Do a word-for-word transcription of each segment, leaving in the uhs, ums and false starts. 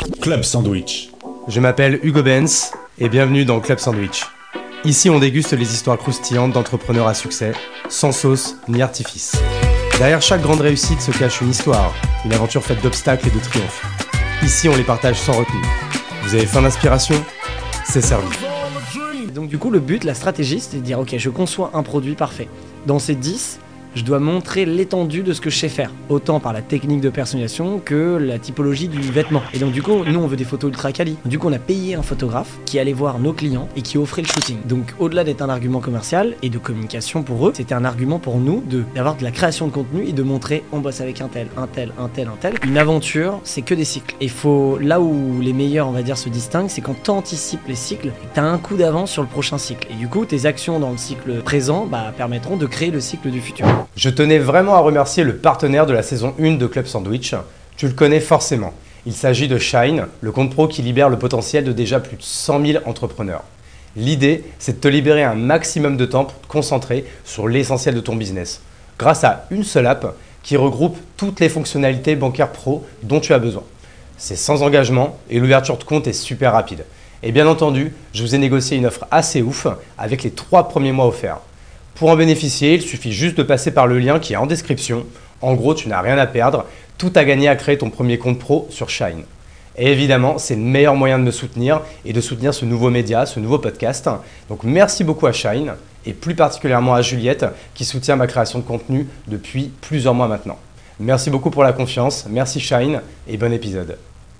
Club Sandwich. Je m'appelle Hugo Benz et bienvenue dans Club Sandwich. Ici, on déguste les histoires croustillantes d'entrepreneurs à succès, sans sauce ni artifice. Derrière chaque grande réussite se cache une histoire, une aventure faite d'obstacles et de triomphes. Ici, on les partage sans retenue. Vous avez faim d'inspiration ? C'est servi. Donc du coup, le but, la stratégie, c'est de dire ok, je conçois un produit parfait. Dans ces dix, je dois montrer l'étendue de ce que je sais faire, autant par la technique de personnalisation que la typologie du vêtement. Et donc du coup, nous on veut des photos ultra quali. Du coup, on a payé un photographe qui allait voir nos clients et qui offrait le shooting. Donc au-delà d'être un argument commercial et de communication pour eux, c'était un argument pour nous de d'avoir de la création de contenu et de montrer on bosse avec un tel, un tel, un tel, un tel. Une aventure, c'est que des cycles. Et faut là où les meilleurs, on va dire, se distinguent, c'est quand tu anticipes les cycles, tu as un coup d'avance sur le prochain cycle. Et du coup, tes actions dans le cycle présent bah, permettront de créer le cycle du futur. Je tenais vraiment à remercier le partenaire de la saison un de Club Sandwich. Tu le connais forcément. Il s'agit de Shine, le compte pro qui libère le potentiel de déjà plus de cent mille entrepreneurs. L'idée, c'est de te libérer un maximum de temps pour te concentrer sur l'essentiel de ton business, grâce à une seule app qui regroupe toutes les fonctionnalités bancaires pro dont tu as besoin. C'est sans engagement et l'ouverture de compte est super rapide. Et bien entendu, je vous ai négocié une offre assez ouf avec les trois premiers mois offerts. Pour en bénéficier, il suffit juste de passer par le lien qui est en description. En gros, tu n'as rien à perdre, tout à gagner à créer ton premier compte pro sur Shine. Et évidemment, c'est le meilleur moyen de me soutenir et de soutenir ce nouveau média, ce nouveau podcast. Donc merci beaucoup à Shine et plus particulièrement à Juliette qui soutient ma création de contenu depuis plusieurs mois maintenant. Merci beaucoup pour la confiance, merci Shine et bon épisode.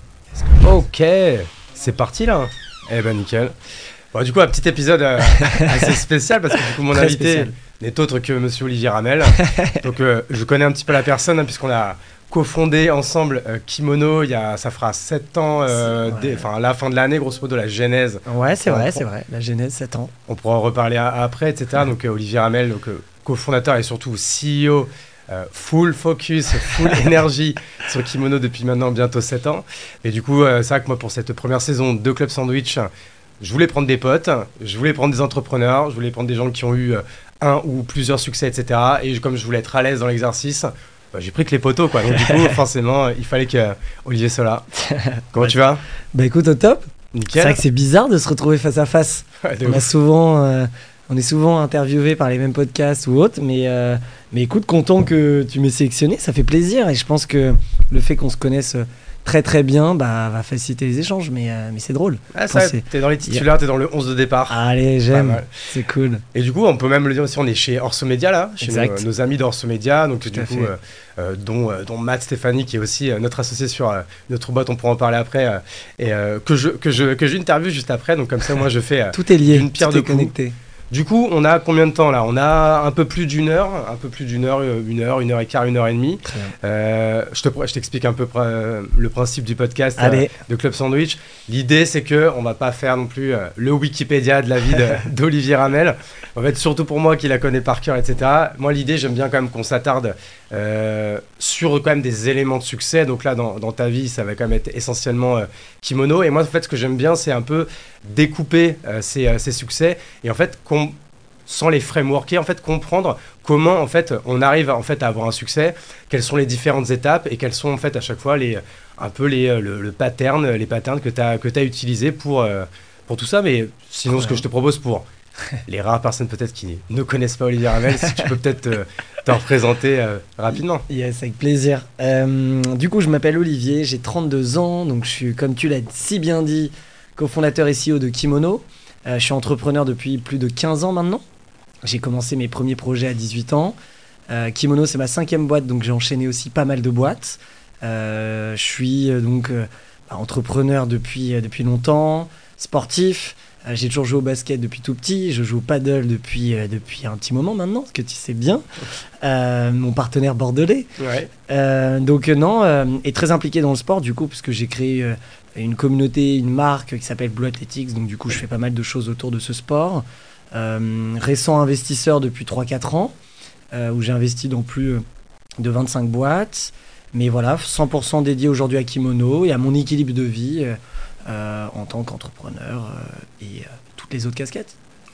Ok, c'est parti là. Eh ben nickel. Bon, du coup, un petit épisode euh, assez spécial parce que du coup, mon Très invité spécial. n'est autre que monsieur Olivier Ramel. Donc, euh, je connais un petit peu la personne hein, puisqu'on a cofondé ensemble euh, Kimono il y a, ça fera sept ans, euh, Ouais. dès, enfin, à la fin de l'année, grosso modo, la genèse. Ouais, c'est On vrai, prend- c'est vrai. La genèse, sept ans. On pourra en reparler à- après, et cetera. Donc, euh, Olivier Ramel, donc, euh, cofondateur et surtout C E O. Euh, full focus, full énergie sur Kimono depuis maintenant bientôt sept ans. Et du coup, euh, c'est vrai que moi, pour cette première saison de Club Sandwich, je voulais prendre des potes, je voulais prendre des entrepreneurs, je voulais prendre des gens qui ont eu euh, un ou plusieurs succès, et cetera. Et comme je voulais être à l'aise dans l'exercice, bah, j'ai pris que les potos, quoi. Donc du coup, forcément, euh, il fallait que euh, Olivier soit là. Comment tu vas ? Bah écoute, au top. C'est Nickel. vrai que c'est bizarre de se retrouver face à face. Ouais, de On, a ouf. souvent, euh, on est souvent interviewé par les mêmes podcasts ou autres, mais, euh, mais écoute, content que tu m'aies sélectionné, ça fait plaisir et je pense que le fait qu'on se connaisse très très bien bah, va faciliter les échanges, mais, euh, mais c'est drôle. Ah, Quand ça, c'est- t'es dans les titulaires, t'es dans le onze de départ. Allez, Pas j'aime, mal. c'est cool. Et du coup, on peut même le dire aussi, on est chez Orso Media là, chez nos, Exact. nos amis d'Orso Media, donc Tout du à coup, fait. euh, euh, dont, euh, dont Matt Stéphanie qui est aussi euh, notre associé sur euh, notre boîte, on pourra en parler après, euh, et euh, que je que je que j'interviewe juste après, donc comme ça, moi, je fais. euh, Tout est lié, D'une pierre tout deux est coups. connecté. Du coup, on a combien de temps là ? On a un peu plus d'une heure, un peu plus d'une heure, euh, une heure, une heure et quart, une heure et demie. Très bien. Euh, je te je t'explique un peu euh, le principe du podcast euh, Allez. de Club Sandwich. L'idée, c'est que on va pas faire non plus euh, le Wikipédia de la vie de- d'Olivier Ramel. En fait, surtout pour moi qui la connais par cœur, et cetera. Moi, l'idée, j'aime bien quand même qu'on s'attarde euh, sur quand même des éléments de succès. Donc là, dans, dans ta vie, ça va quand même être essentiellement euh, Kimono. Et moi, en fait, ce que j'aime bien, c'est un peu découper euh, ces, euh, ces succès et en fait, qu'on, sans les frameworker, en fait, comprendre comment en fait on arrive en fait à avoir un succès, quelles sont les différentes étapes et quels sont en fait à chaque fois les un peu les euh, le, le pattern, les patterns que tu as que tu as utilisé pour euh, pour tout ça. Mais sinon, Trop ce que bien. je te propose pour les rares personnes peut-être qui ne connaissent pas Olivier Ramel, si tu peux peut-être euh, t'en représenter euh, rapidement. Yes, avec plaisir. Euh, du coup, je m'appelle Olivier, j'ai trente-deux ans, donc je suis, comme tu l'as si bien dit, cofondateur et C E O de Kimono. Euh, je suis entrepreneur depuis plus de quinze ans maintenant. J'ai commencé mes premiers projets à dix-huit ans. Euh, Kimono, c'est ma cinquième boîte, donc j'ai enchaîné aussi pas mal de boîtes. Euh, je suis euh, donc euh, bah, entrepreneur depuis, euh, depuis longtemps, sportif. Euh, j'ai toujours joué au basket depuis tout petit. Je joue au paddle depuis, euh, depuis un petit moment maintenant, ce que tu sais bien. Euh, mon partenaire bordelais. Ouais. Euh, donc euh, non, euh, et très impliqué dans le sport du coup, parce que j'ai créé euh, une communauté, une marque qui s'appelle Blue Athletics, donc du coup je fais pas mal de choses autour de ce sport. Euh, récent investisseur depuis trois quatre ans, euh, où j'ai investi dans plus euh, de vingt-cinq boîtes, mais voilà, cent pour cent dédié aujourd'hui à Kimono et à mon équilibre de vie euh, euh, en tant qu'entrepreneur euh, et euh, toutes les autres casquettes.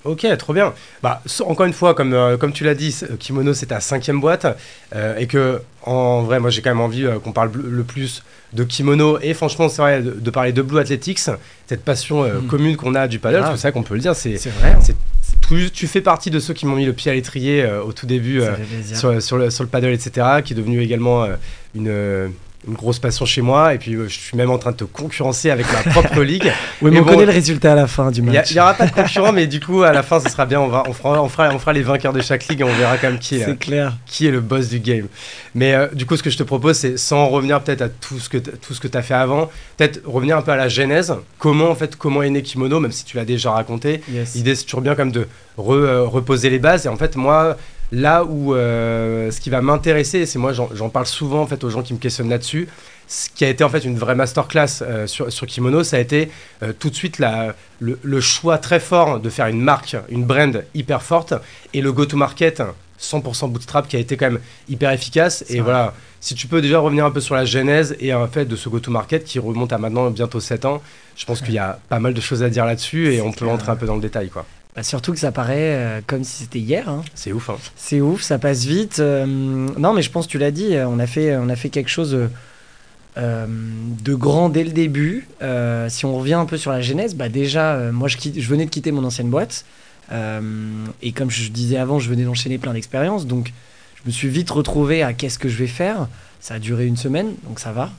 Ok, trop bien. Bah, so- encore une fois, comme, euh, comme tu l'as dit, c- Kimono c'est ta cinquième boîte euh, et que en vrai, moi j'ai quand même envie euh, qu'on parle bl- le plus de Kimono et franchement, c'est vrai de, de parler de Blue Athletics, cette passion euh, Mm. commune qu'on a du paddle, parce que Grave. c'est vrai qu'on peut le dire, c'est, C'est vrai, hein. c'est, c'est- tu, tu fais partie de ceux qui m'ont mis le pied à l'étrier euh, au tout début Ça euh, fait plaisir. sur, sur, le, sur le paddle, et cetera, qui est devenu également euh, une. euh, une grosse passion chez moi et puis euh, je suis même en train de te concurrencer avec ma propre ligue. Oui, mais Mais on bon, connaît le résultat à la fin du Il match. n'y aura pas de concurrent, mais du coup, à la fin, ce sera bien. On, va, on, fera, on, fera, on fera les vainqueurs de chaque ligue et on verra quand même qui, C'est euh, clair. qui est le boss du game. Mais euh, du coup, ce que je te propose, c'est sans revenir peut-être à tout ce que tu as fait avant, peut-être revenir un peu à la genèse. Comment, en fait, comment est né Kimono, même si tu l'as déjà raconté. Yes. L'idée, c'est toujours bien quand même de re, euh, reposer les bases. Et en fait, moi, là où euh, ce qui va m'intéresser, c'est moi, j'en j'en parle souvent en fait, aux gens qui me questionnent là-dessus. Ce qui a été en fait une vraie masterclass euh, sur, sur Kimono, ça a été euh, tout de suite la, le, le choix très fort de faire une marque, une brand hyper forte et le go-to-market cent pour cent bootstrap qui a été quand même hyper efficace. C'est Et vrai. voilà, si tu peux déjà revenir un peu sur la genèse et en fait de ce go-to-market qui remonte à maintenant bientôt sept ans, je pense qu'il y a pas mal de choses à dire là-dessus et C'est on peut clair. rentrer un peu dans le détail, quoi. Bah, surtout que ça paraît euh, comme si c'était hier, hein. C'est ouf, hein. C'est ouf, ça passe vite. Euh, non, mais je pense, tu l'as dit, euh, on a fait, on a fait quelque chose euh, euh, de grand dès le début. Euh, si on revient un peu sur la genèse, bah déjà, euh, moi, je, quitte- je venais de quitter mon ancienne boîte. Euh, et comme je disais avant, je venais d'enchaîner plein d'expériences. Donc, je me suis vite retrouvé à qu'est-ce que je vais faire. Ça a duré une semaine, donc ça va.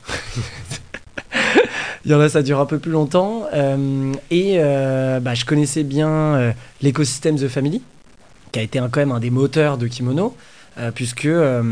Il y en a, ça dure un peu plus longtemps. Euh, et euh, bah, je connaissais bien euh, l'écosystème The Family, qui a été un- quand même un des moteurs de Kimono, euh, puisque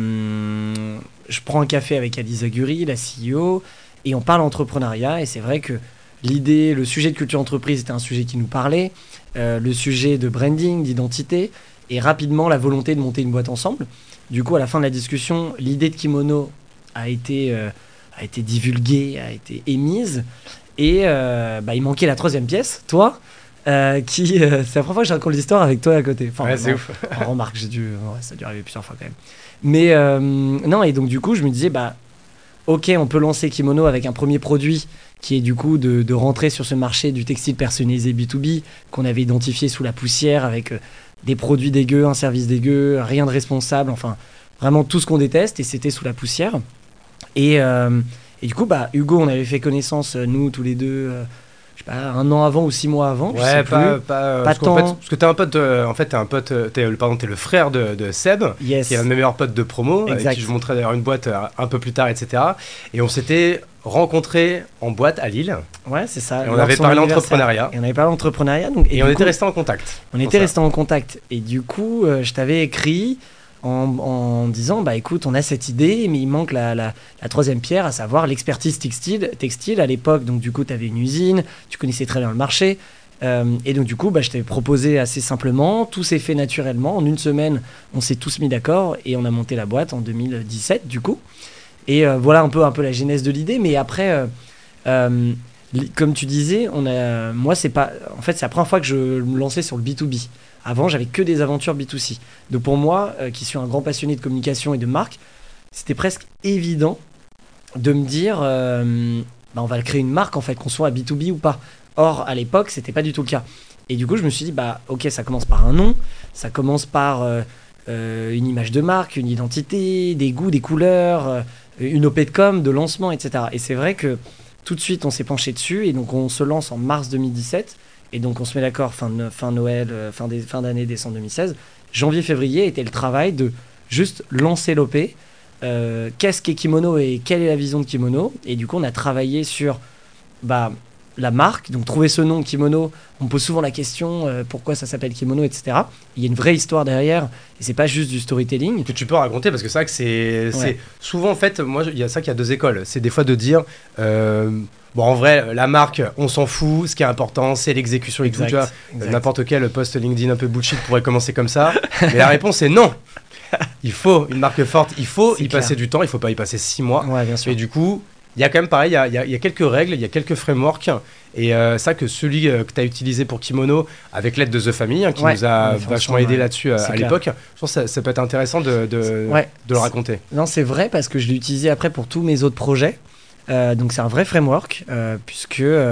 euh, je prends un café avec Alice Zaguri, la C E O, et on parle entrepreneuriat. Et c'est vrai que l'idée, le sujet de culture entreprise était un sujet qui nous parlait, euh, le sujet de branding, d'identité, et rapidement la volonté de monter une boîte ensemble. Du coup, à la fin de la discussion, l'idée de Kimono a été, euh, a été divulguée, a été émise, et euh, bah, il manquait la troisième pièce, toi. Euh, qui euh, c'est la première fois que je raconte l'histoire avec toi à côté. Enfin, Ouais, c'est non, ouf. en remarque, j'ai dû, ouais, ça a dû arriver plusieurs fois quand même. Mais euh, non, et donc du coup, je me disais, bah, ok, on peut lancer Kimono avec un premier produit qui est du coup de, de rentrer sur ce marché du textile personnalisé B deux B qu'on avait identifié sous la poussière avec euh, des produits dégueux, un service dégueu, rien de responsable, enfin vraiment tout ce qu'on déteste, et c'était sous la poussière. Et, euh, et du coup, bah, Hugo, on avait fait connaissance, euh, nous tous les deux, euh, je sais pas, un an avant ou six mois avant, je sais Ouais, plus. pas, pas, euh, Pas parce qu'en tant. fait, parce que t'es un pote, euh, en fait, t'es un pote, euh, t'es, le- pardon, t'es le frère de, de Seb, Yes. qui est un de mes meilleurs potes de promo, avec Exact. qui je montrais d'ailleurs une boîte euh, un peu plus tard, et cetera. Et on s'était rencontrés en boîte à Lille, Ouais, c'est ça. et on lors de avait son parlé anniversaire. entrepreneuriat, Et on avait parlé entrepreneuriat. Donc, et, et on du était coup, restés en contact. On pour était ça. restés en contact. Et du coup, euh, je t'avais écrit en, en disant, bah écoute, on a cette idée, mais il manque la, la, la troisième pierre, à savoir l'expertise textile. Textile à l'époque, donc du coup, tu avais une usine, tu connaissais très bien le marché. Euh, et donc du coup, bah, je t'avais proposé assez simplement, tout s'est fait naturellement. En une semaine, on s'est tous mis d'accord et on a monté la boîte en deux mille dix-sept, du coup. Et euh, voilà un peu, un peu la genèse de l'idée. Mais après, euh, euh, li- comme tu disais, on a, moi, c'est pas, en fait, c'est la première fois que je me lançais sur le B deux B. Avant, j'avais que des aventures B deux C. Donc pour moi, euh, qui suis un grand passionné de communication et de marque, c'était presque évident de me dire, euh, bah, on va créer une marque en fait, qu'on soit à B deux B ou pas. Or, à l'époque, c'était pas du tout le cas. Et du coup, je me suis dit, bah ok, ça commence par un nom, ça commence par euh, euh, une image de marque, une identité, des goûts, des couleurs, euh, une O P de com, de lancement, et cetera. Et c'est vrai que tout de suite, on s'est penché dessus et donc on se lance en mars deux mille dix-sept. Et donc on se met d'accord fin, de, fin Noël, euh, fin, des, fin d'année, décembre deux mille seize. Janvier-février était le travail de juste lancer l'O P. Euh, qu'est-ce qu'est Kimono et quelle est la vision de Kimono. Et du coup, on a travaillé sur bah, la marque, donc trouver ce nom Kimono. On pose souvent la question euh, pourquoi ça s'appelle Kimono, et cetera. Il y a une vraie histoire derrière et c'est pas juste du storytelling. Que tu peux raconter, parce que c'est vrai que c'est, c'est Ouais. souvent en fait, moi il y a ça qu'il y a deux écoles. C'est des fois de dire, euh, bon en vrai, la marque, on s'en fout, ce qui est important, c'est l'exécution et tout. Exact, Tu vois, exact. n'importe quel post LinkedIn un peu bullshit pourrait commencer comme ça. Mais la réponse est non. Il faut une marque forte, il faut C'est y clair. passer du temps, il faut pas y passer six mois. Ouais, bien sûr. Et du coup, il y a quand même pareil, il y a, il y a- il y a quelques règles, il y a quelques frameworks. Et euh, ça, que celui euh, que tu as utilisé pour Kimono, avec l'aide de The Family, hein, qui Ouais, nous on a a fait vachement ensemble, aidé ouais. là-dessus euh, C'est à clair. l'époque, je pense que ça, ça peut être intéressant de, de, Ouais. de le raconter. Non, c'est vrai parce que je l'ai utilisé après pour tous mes autres projets. Euh, donc c'est un vrai framework euh, puisque euh,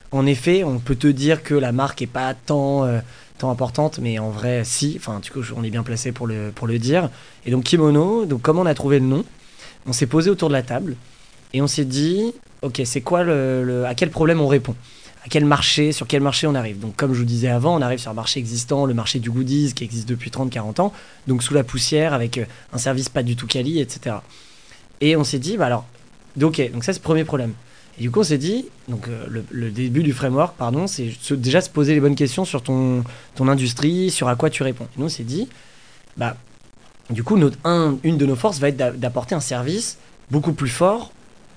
En effet, on peut te dire que la marque est pas tant, euh, tant importante, mais en vrai, si. Enfin, du coup, on est bien placé pour le, pour le dire. Et donc, Kimono, donc, comme on a trouvé le nom, on s'est posé autour de la table et on s'est dit, ok, c'est quoi le, le, à quel problème on répond ? À quel marché, sur quel marché on arrive ? Donc, comme je vous disais avant, on arrive sur un marché existant, le marché du goodies, qui existe depuis trente à quarante ans, donc sous la poussière, avec un service pas du tout quali, et cetera. Et on s'est dit, bah alors, ok, donc ça, c'est le premier problème. Et du coup, on s'est dit, donc euh, le, le début du framework, pardon, c'est se, déjà se poser les bonnes questions sur ton, ton industrie, sur à quoi tu réponds. Et nous, on s'est dit, bah, du coup, notre, un, une de nos forces va être d'a, d'apporter un service beaucoup plus fort,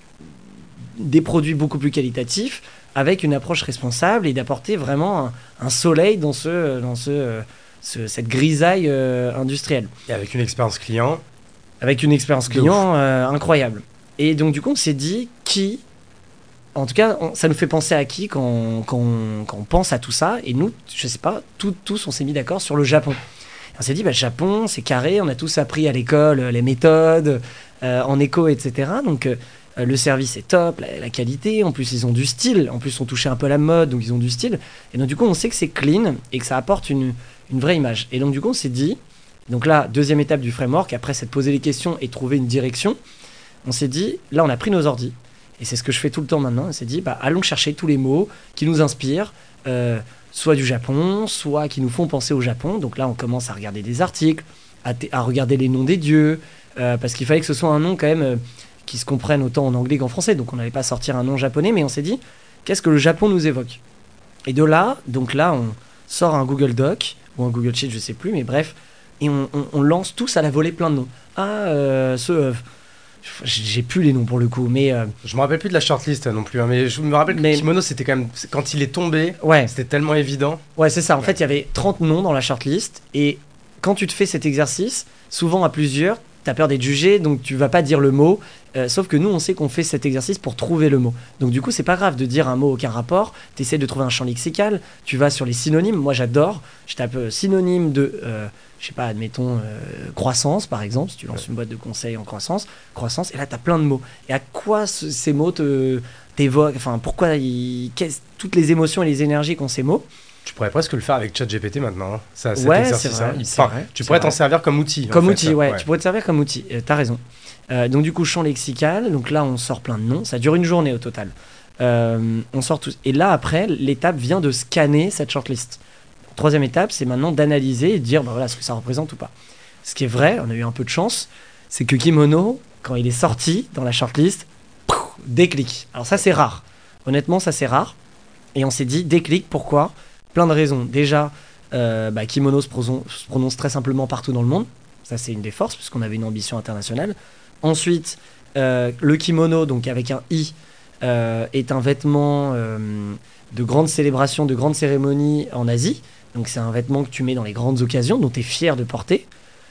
des produits beaucoup plus qualitatifs, avec une approche responsable et d'apporter vraiment un, un soleil dans, ce, dans ce, ce, cette grisaille euh, industrielle. Et avec une expérience client. Avec une expérience client euh, incroyable. Et donc, du coup, on s'est dit, qui... En tout cas, on, ça nous fait penser à qui quand, quand, on, quand on pense à tout ça. Et nous, je sais pas, tout, tous on s'est mis d'accord sur le Japon. Et on s'est dit, bah, Japon, c'est carré, on a tous appris à l'école les méthodes, euh, en éco, et cetera. Donc, euh, le service est top, la, la qualité, en plus, ils ont du style. En plus, on touchait un peu la mode, donc ils ont du style. Et donc, du coup, on sait que c'est clean et que ça apporte une, une vraie image. Et donc, du coup, on s'est dit, donc là, deuxième étape du framework, après, c'est de poser les questions et trouver une direction. On s'est dit, là, on a pris nos ordis. Et c'est ce que je fais tout le temps maintenant. On s'est dit, bah, allons chercher tous les mots qui nous inspirent, euh, soit du Japon, soit qui nous font penser au Japon. Donc là, on commence à regarder des articles, à, t- à regarder les noms des dieux, euh, parce qu'il fallait que ce soit un nom quand même euh, qui se comprenne autant en anglais qu'en français. Donc on n'allait pas sortir un nom japonais, mais on s'est dit, qu'est-ce que le Japon nous évoque ? Et de là, donc là, on sort un Google Doc, ou un Google Sheet, je sais plus, mais bref, et on, on, on lance tous à la volée plein de noms. Ah, euh, ce... Euh, j'ai plus les noms pour le coup, mais euh, je me rappelle plus de la shortlist non plus, hein, mais je me rappelle que mais... Kimono, c'était quand même quand il est tombé, ouais, c'était tellement évident. Ouais, c'est ça. En ouais. fait, il y avait trente noms dans la shortlist, et quand tu te fais cet exercice, souvent à plusieurs, t'as peur d'être jugé, donc tu vas pas dire le mot. Euh, sauf que nous, on sait qu'on fait cet exercice pour trouver le mot. Donc du coup, c'est pas grave de dire un mot aucun rapport. T'essaies de trouver un champ lexical. Tu vas sur les synonymes. Moi, j'adore. Je tape euh, synonyme de euh, je sais pas, admettons, euh, croissance, par exemple, si tu lances une boîte de conseils en croissance, croissance, et là, tu as plein de mots. Et à quoi ce, ces mots te, t'évoquent, enfin, pourquoi ils, toutes les émotions et les énergies qu'ont ces mots. Tu pourrais presque le faire avec ChatGPT maintenant. Hein. Ça, cet ouais, exercice, c'est vrai, hein. c'est enfin, vrai, tu pourrais c'est t'en vrai. servir comme outil. Comme en outil, fait. ouais, ouais. tu pourrais te servir comme outil. Euh, t'as raison. Euh, donc du coup, champ lexical. Donc là, on sort plein de noms. Ça dure une journée au total. Euh, on sort tous. Et là, après, l'étape vient de scanner cette shortlist. Troisième étape, c'est maintenant d'analyser et de dire, bah voilà, ce que ça représente ou pas. Ce qui est vrai, on a eu un peu de chance, c'est que Kimono, quand il est sorti dans la shortlist, pouf, déclic. Alors ça, c'est rare. Honnêtement, ça, c'est rare. Et on s'est dit, déclic, pourquoi ? Plein de raisons. Déjà, euh, bah, Kimono se, proson- se prononce très simplement partout dans le monde. Ça, c'est une des forces, puisqu'on avait une ambition internationale. Ensuite, euh, le kimono, donc avec un i, euh, est un vêtement euh, de grande célébration, de grande cérémonie en Asie. Donc c'est un vêtement que tu mets dans les grandes occasions, dont tu es fier de porter.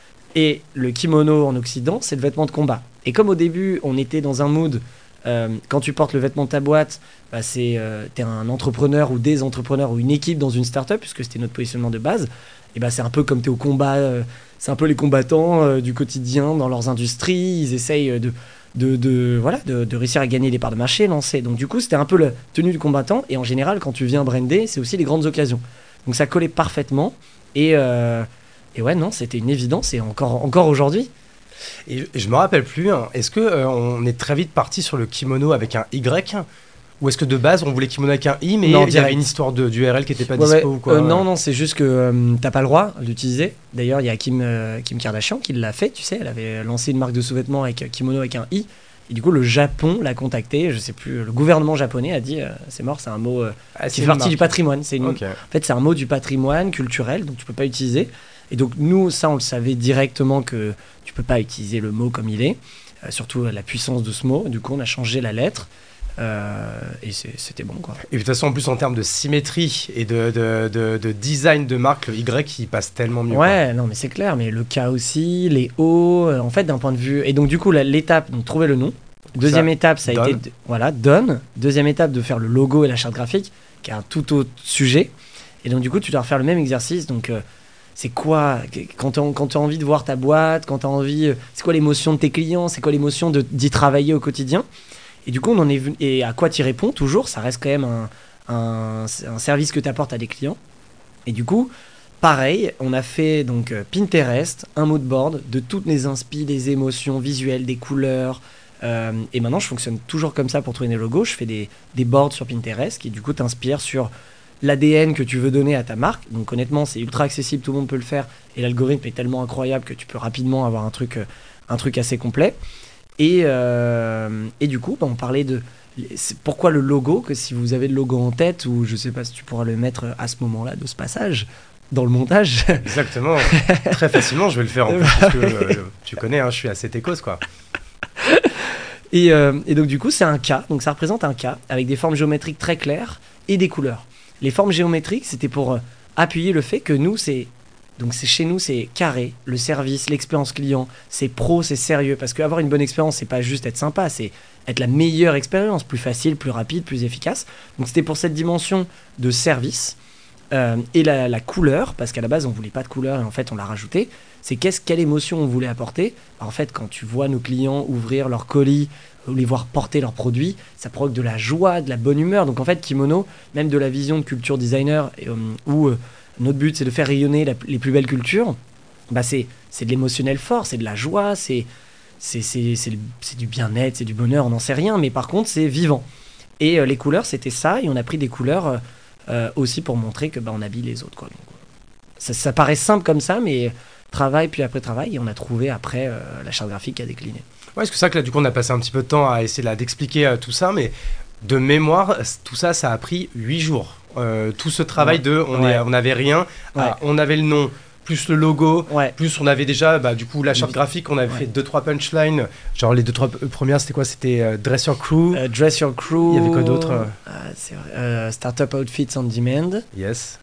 Et le kimono en Occident, c'est le vêtement de combat. Et comme au début, on était dans un mood, euh, quand tu portes le vêtement de ta boîte, bah c'est, euh, t'es un entrepreneur ou des entrepreneurs ou une équipe dans une start-up, puisque c'était notre positionnement de base. Et bah c'est un peu comme t'es au combat, euh, c'est un peu les combattants euh, du quotidien dans leurs industries. Ils essayent de, de, de, voilà, de, de réussir à gagner des parts de marché, lancer. Donc du coup, c'était un peu la tenue du combattant. Et en général, quand tu viens brander, c'est aussi les grandes occasions. Donc ça collait parfaitement. Et... Euh, Et ouais, non, c'était une évidence, et encore, encore aujourd'hui. Et je me rappelle plus, hein, est-ce que euh, on est très vite parti sur le kimono avec un Y, ou est-ce que de base on voulait kimono avec un I, mais non, il y avait une histoire de, d'U R L qui n'était pas ouais, dispo ouais. ou quoi euh, Non, non, c'est juste que euh, t'as pas le droit d'utiliser. D'ailleurs, il y a Kim, euh, Kim Kardashian qui l'a fait, tu sais, elle avait lancé une marque de sous-vêtements avec euh, kimono avec un I. Et du coup, le Japon l'a contacté, je sais plus, le gouvernement japonais a dit euh, c'est mort, c'est un mot euh, ah, qui fait partie marque. du patrimoine. C'est une... Okay. En fait, c'est un mot du patrimoine culturel, donc tu peux pas utiliser. Et donc nous, ça, on le savait directement que tu peux pas utiliser le mot comme il est, euh, surtout la puissance de ce mot. Du coup, on a changé la lettre euh, et c'est, c'était bon, quoi. Et de toute façon, en plus, en termes de symétrie et de, de, de, de design de marque, le Y, il passe tellement mieux. Ouais, quoi. non, mais c'est clair. Mais le K aussi, les O, euh, en fait, d'un point de vue... Et donc, du coup, la, l'étape, donc trouver le nom. Deuxième ça, étape, ça a donne. été... De, voilà, donne. Deuxième étape, de faire le logo et la charte graphique, qui est un tout autre sujet. Et donc, du coup, tu dois refaire le même exercice. Donc... Euh, c'est quoi, quand tu as envie de voir ta boîte, quand tu as envie, c'est quoi l'émotion de tes clients, c'est quoi l'émotion de, d'y travailler au quotidien. Et du coup, on en est venu, et à quoi tu réponds toujours, ça reste quand même un, un, un service que tu apportes à des clients. Et du coup, pareil, on a fait donc euh, Pinterest, un mood board de toutes les inspi, des émotions visuelles, des couleurs. Euh, et maintenant, je fonctionne toujours comme ça pour trouver des logos. Je fais des, des boards sur Pinterest qui, du coup, t'inspirent sur l'A D N que tu veux donner à ta marque. Donc, honnêtement, c'est ultra accessible, tout le monde peut le faire. Et l'algorithme est tellement incroyable que tu peux rapidement avoir un truc, euh, un truc assez complet. Et, euh, et du coup, bah, on parlait de c'est pourquoi le logo, que si vous avez le logo en tête, ou je sais pas si tu pourras le mettre à ce moment-là de ce passage, dans le montage. Exactement, très facilement, je vais le faire en plus, parce que euh, tu connais, hein, je suis assez techos, quoi. Et, euh, et donc du coup, c'est un K, donc ça représente un K, avec des formes géométriques très claires et des couleurs. Les formes géométriques, c'était pour euh, appuyer le fait que nous, c'est... Donc c'est chez nous, c'est carré, le service, l'expérience client, c'est pro, c'est sérieux. Parce qu'avoir une bonne expérience, c'est pas juste être sympa, c'est être la meilleure expérience, plus facile, plus rapide, plus efficace. Donc c'était pour cette dimension de service. Euh, et la, la couleur, parce qu'à la base on voulait pas de couleur et en fait on l'a rajouté, c'est qu'est-ce, quelle émotion on voulait apporter. Alors, en fait, quand tu vois nos clients ouvrir leurs colis ou les voir porter leurs produits, ça provoque de la joie, de la bonne humeur. Donc en fait, Kimono, même de la vision de culture designer, et, euh, où euh, notre but c'est de faire rayonner la, les plus belles cultures, bah c'est, c'est de l'émotionnel fort, c'est de la joie, c'est, c'est, c'est, c'est, c'est du bien-être, c'est du bonheur, on n'en sait rien, mais par contre c'est vivant. Et euh, les couleurs, c'était ça, et on a pris des couleurs euh, euh, aussi pour montrer que bah, on habille les autres, quoi. Donc, ça, ça paraît simple comme ça, mais travail puis après travail, et on a trouvé après euh, la charte graphique qui a décliné. Ouais, c'est que ça que là, du coup, on a passé un petit peu de temps à essayer là, d'expliquer euh, tout ça, mais de mémoire, tout ça, ça a pris huit jours. Euh, tout ce travail Ouais. de, on Ouais. est- on n'avait rien, Ouais. ah, on avait le nom, plus le logo, Ouais. plus on avait déjà, bah, du coup, la charte graphique, on avait Ouais. fait deux trois punchlines, genre les deux trois p- premières, c'était quoi? C'était euh, Dress Your Crew, Euh, Dress Your Crew. Il y avait quoi d'autre? Ah, c'est vrai. Euh, Startup Outfits on Demand. yes.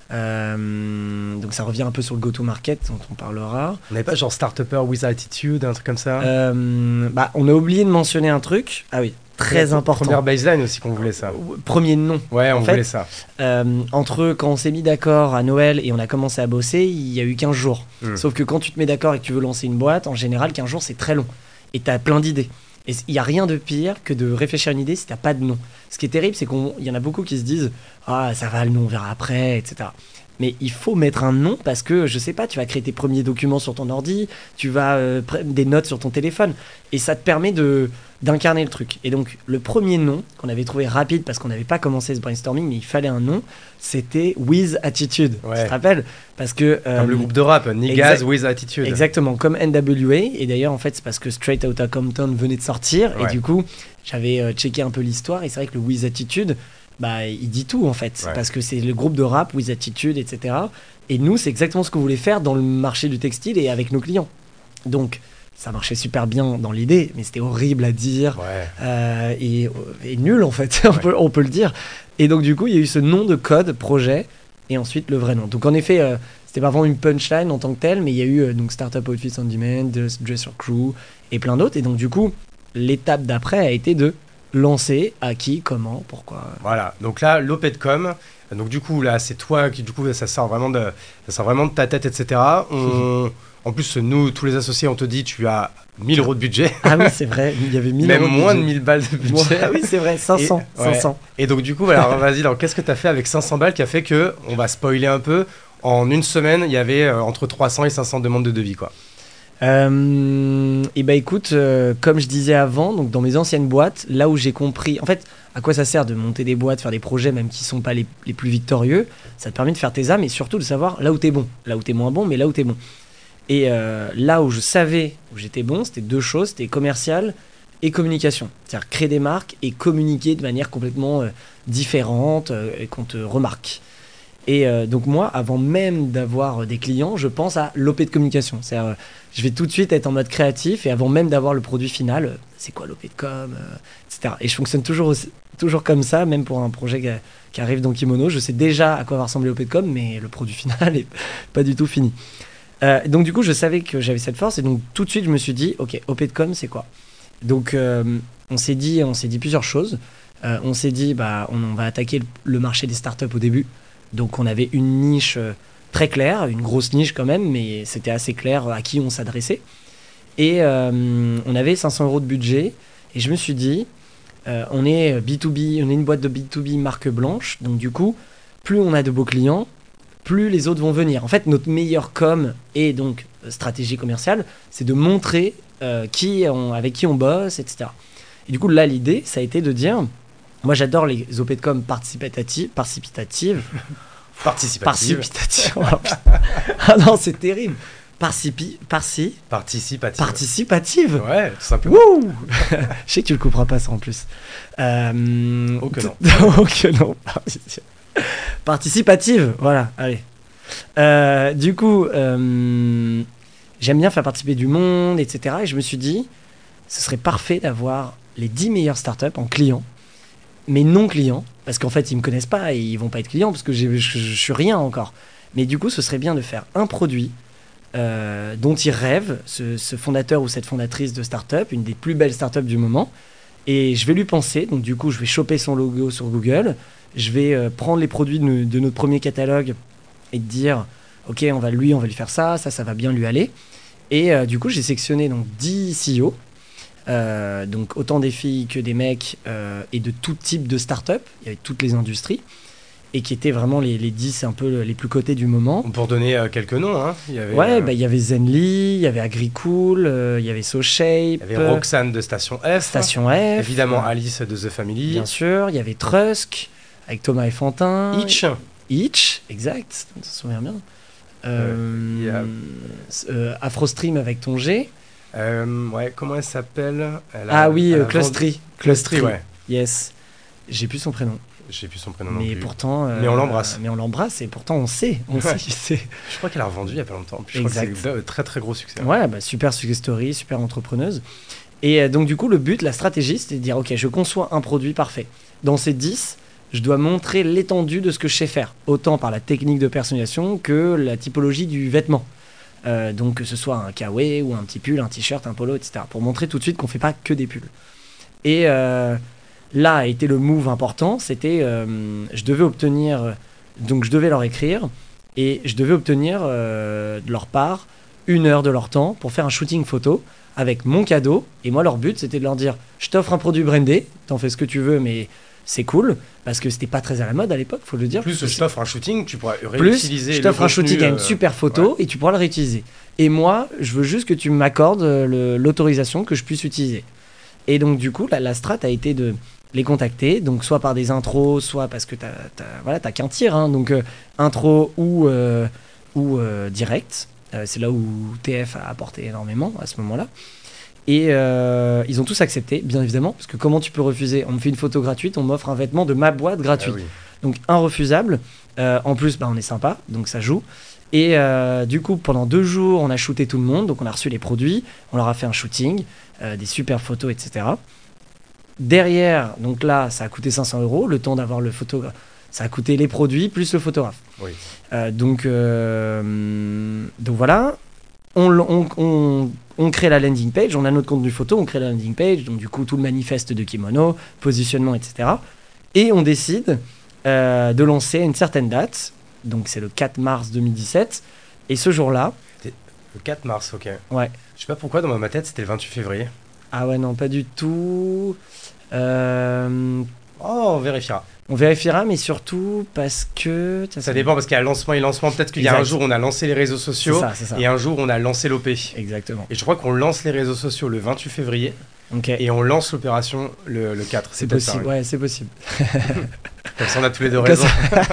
Euh, donc ça revient un peu sur le go-to-market dont on parlera. On n'avait pas genre Startupper with Attitude, un truc comme ça? Euh, bah, on a oublié de mentionner un truc. Ah oui, très important. Première baseline aussi qu'on voulait ça. Premier nom. Ouais, on En fait, voulait ça. Euh, entre quand on s'est mis d'accord à Noël et on a commencé à bosser, il y a eu quinze jours. Mm. Sauf que quand tu te mets d'accord et que tu veux lancer une boîte, en général, quinze jours, c'est très long. Et tu as plein d'idées. Et il n'y a rien de pire que de réfléchir à une idée si tu n'as pas de nom. Ce qui est terrible, c'est qu'il y en a beaucoup qui se disent « Ah, ça va, le nom, on verra après, et cetera » Mais il faut mettre un nom parce que, je sais pas, tu vas créer tes premiers documents sur ton ordi, tu vas euh, prendre des notes sur ton téléphone, et ça te permet de, d'incarner le truc. Et donc, le premier nom qu'on avait trouvé rapide parce qu'on n'avait pas commencé ce brainstorming, mais il fallait un nom, c'était With Attitude. Ouais. Tu te rappelles? Parce que... euh, Comme le groupe de rap, Niggas exact- with Attitude. Exactement, comme N W A. Et d'ailleurs, en fait, c'est parce que Straight Outta Compton venait de sortir. Ouais. Et du coup, j'avais euh, checké un peu l'histoire. Et c'est vrai que le With Attitude, bah, il dit tout, en fait. Ouais. Parce que c'est le groupe de rap With Attitude, et cetera. Et nous, c'est exactement ce qu'on voulait faire dans le marché du textile et avec nos clients. Donc, ça marchait super bien dans l'idée, mais c'était horrible à dire. Ouais. Euh, et, et nul, en fait, on, peut, on peut le dire. Et donc, du coup, il y a eu ce nom de code, projet, et ensuite le vrai nom. Donc, en effet, euh, c'était pas vraiment une punchline en tant que telle, mais il y a eu euh, donc Startup Outfits on Demand, Dress Dress Your Crew, et plein d'autres. Et donc, du coup, l'étape d'après a été de lancer à qui, comment, pourquoi. Voilà, donc là, l'Opedcom, donc du coup, là, c'est toi qui, du coup, ça sort vraiment de, ça sort vraiment de ta tête, et cetera. On, en plus, nous, tous les associés, on te dit, tu as mille euros de budget, Ah oui, c'est vrai, il y avait mille même euros moins de budget. mille balles de budget. Ah oui, c'est vrai, cinq cents. Et- ouais. cinq cents. Et donc, du coup, voilà, alors, vas-y, alors, qu'est-ce que tu as fait avec cinq cents balles qui a fait que, on va spoiler un peu, en une semaine, il y avait euh, entre trois cents et cinq cents demandes de devis, quoi. Euh, et bah écoute, euh, comme je disais avant, donc dans mes anciennes boîtes, là où j'ai compris, en fait, à quoi ça sert de monter des boîtes, faire des projets même qui sont pas les, les plus victorieux, ça te permet de faire tes âmes et surtout de savoir là où t'es bon, là où t'es moins bon, mais là où t'es bon. Et euh, là où je savais où j'étais bon, c'était deux choses, c'était commercial et communication. C'est-à-dire créer des marques et communiquer de manière complètement euh, différente euh, et qu'on te remarque. Et euh, donc moi, avant même d'avoir euh, des clients, je pense à l'O P de communication. C'est-à-dire, euh, je vais tout de suite être en mode créatif et avant même d'avoir le produit final, euh, c'est quoi l'O P de com, euh, et cetera. Et je fonctionne toujours, aussi- toujours comme ça, même pour un projet qui, qui arrive dans Kimono. Je sais déjà à quoi va ressembler l'O P de com, mais le produit final est pas du tout fini. Euh, donc du coup, je savais que j'avais cette force et donc tout de suite, je me suis dit, ok, O P de com, c'est quoi? Donc euh, on s'est dit, on s'est dit plusieurs choses. Euh, on s'est dit, bah, on, on va attaquer le, le marché des startups au début. Donc on avait une niche euh, très claire, une grosse niche quand même, mais c'était assez clair à qui on s'adressait. Et euh, on avait cinq cents euros de budget. Et je me suis dit, euh, on est B deux B, on est une boîte de B deux B marque blanche, donc du coup, plus on a de beaux clients, plus les autres vont venir. En fait, notre meilleure com et donc euh, stratégie commerciale, c'est de montrer euh, qui on, avec qui on bosse, et cetera. Et du coup, là, l'idée, ça a été de dire, moi, j'adore les O P de com participatives, participatives, Participative. participatives. Oh, putain. Ah non, c'est terrible. Participi, parci, Participative. participative. Ouais, tout simplement. Wouh. Je sais que tu le couperas pas ça en plus. Euh... Oh que non. Oh que non. Participative, voilà, allez. Euh, du coup, euh, j'aime bien faire participer du monde, et cetera. Et je me suis dit, ce serait parfait d'avoir les dix meilleures startups en clients, mais non clients, parce qu'en fait, ils me connaissent pas et ils vont pas être clients, parce que j'ai- je, je suis rien encore. Mais du coup, ce serait bien de faire un produit euh, dont ils rêvent, ce, ce fondateur ou cette fondatrice de startup, une des plus belles startups du moment. Et je vais lui penser, donc du coup, je vais choper son logo sur Google, je vais euh, prendre les produits de, no- de notre premier catalogue et dire, ok, on va lui, on va lui faire ça, ça, ça va bien lui aller. Et euh, du coup, j'ai sélectionné donc dix C E O, euh, donc autant des filles que des mecs, euh, et de tout type de start-up, il y avait toutes les industries, et qui étaient vraiment les, les dix un peu les plus cotés du moment. Pour donner euh, quelques noms, hein, il y avait, Ouais, euh, bah, il y avait Zenly, il y avait Agricool, euh, il y avait SoShape, il y avait Roxane de Station F. Station F, Évidemment euh, Alice de The Family. bien sûr, il y avait Trusk, avec Thomas et Fantin. Itch. Itch, exact, ça se souvient bien. Euh, il y a- euh, AfroStream avec ton G. Euh, ouais, comment elle s'appelle Elle a- Ah oui, elle a euh, Clustry. vendu- Clustry, ouais. Yes. J'ai plus son prénom. J'ai plus son prénom non Mais plus. pourtant. euh, Mais on l'embrasse. Mais on l'embrasse et pourtant on sait. On sait qui c'est. Je crois qu'elle a revendu il y a pas longtemps. Puis je crois Exact. que c'est de très très gros succès. Ouais, bah, super success story, super entrepreneuse. Et euh, donc, du coup, le but, la stratégie, c'était de dire ok, je conçois un produit parfait. Dans ces dix, je dois montrer l'étendue de ce que je sais faire, autant par la technique de personnalisation que la typologie du vêtement. Euh, donc, que ce soit un kawaii ou un petit pull, un t-shirt, un polo, et cetera. Pour montrer tout de suite qu'on fait pas que des pulls. Et euh, là a été le move important, c'était euh, je devais obtenir, donc je devais leur écrire et je devais obtenir euh, de leur part une heure de leur temps pour faire un shooting photo avec mon cadeau. Et moi, leur but, c'était de leur dire je t'offre un produit brandé, t'en fais ce que tu veux, mais c'est cool parce que c'était pas très à la mode à l'époque, faut le dire. Plus je t'offre un shooting, tu pourras Plus, réutiliser. je le t'offre un contenu, shooting à une euh, super photo ouais. et tu pourras le réutiliser. Et moi, je veux juste que tu m'accordes euh, le- l'autorisation que je puisse utiliser. Et donc, du coup, la, la strat a été de les contacter, donc soit par des intros, soit parce que t'as, t'as, voilà, t'as qu'un tir, hein, donc euh, intro ou, euh, ou euh, direct. Euh, c'est là où T F a apporté énormément à ce moment-là. Et euh, ils ont tous accepté, bien évidemment, parce que comment tu peux refuser? On me fait une photo gratuite, on m'offre un vêtement de ma boîte gratuit. Ah oui. Donc irrefusable. Euh, en plus, bah, on est sympa, donc ça joue. Et euh, du coup, pendant deux jours, on a shooté tout le monde. Donc on a reçu les produits, on leur a fait un shooting, euh, des super photos, et cetera. Derrière, donc là, ça a coûté cinq cents euros. Le temps d'avoir le photographe, ça a coûté les produits plus le photographe. Oui. Euh, donc, euh, donc voilà, on, on, on, on crée la landing page, on a notre contenu photo, on crée la landing page, donc du coup tout le manifeste de kimono, positionnement, et cetera. Et on décide euh, de lancer à une certaine date, donc c'est le quatre mars deux mille dix-sept, et ce jour-là, Le quatre mars, ok. ouais, Je sais pas pourquoi dans ma tête c'était le vingt-huit février. ah ouais non pas du tout, euh, Oh, on vérifiera. on vérifiera, mais surtout parce que... Ça dépend parce qu'il y a lancement et lancement. Peut-être qu'il y a Exact. un jour on a lancé les réseaux C'est sociaux ça, c'est ça. et un jour on a lancé l'O P. Exactement. Et je crois qu'on lance les réseaux sociaux le vingt-huit février Ok. et on lance l'opération le, le quatre. C'est peut-être ça, possible, ouais. ouais, c'est possible. Comme ça on a tous les deux Comme raison.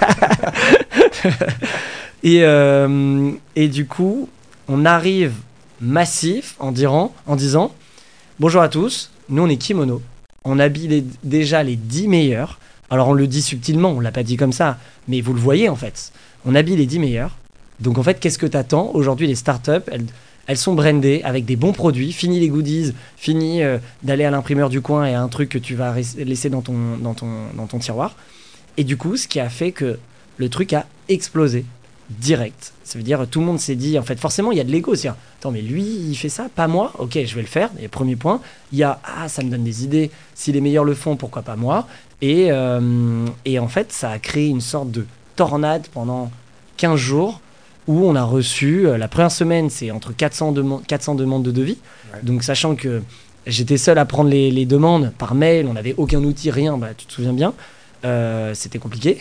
Et, euh, et du coup, on arrive massif en, dirant, en disant bonjour à tous, nous on est Kimono, on habille les- déjà les dix meilleurs. Alors on le dit subtilement, on l'a pas dit comme ça, mais vous le voyez en fait. On habille les dix meilleurs. Donc en fait, qu'est-ce que t'attends? Aujourd'hui, les startups, elles, elles sont brandées avec des bons produits. Fini les goodies, fini euh, d'aller à l'imprimeur du coin et à un truc que tu vas res- laisser dans ton, dans, ton, dans ton tiroir. Et du coup, ce qui a fait que le truc a explosé direct. Ça veut dire tout le monde s'est dit, en fait, forcément, il y a de l'ego. C'est-à-dire, attends, mais lui, il fait ça, pas moi. Ok, je vais le faire. Et premier point, il y a, ah, ça me donne des idées. Si les meilleurs le font, pourquoi pas moi? Et, euh, et en fait, ça a créé une sorte de tornade pendant quinze jours où on a reçu, euh, la première semaine, c'est entre quatre cents, demandes- quatre cents demandes de devis. Ouais. Donc, sachant que J'étais seul à prendre les, les demandes par mail, on n'avait aucun outil, rien, bah, tu te souviens bien. Euh, c'était compliqué.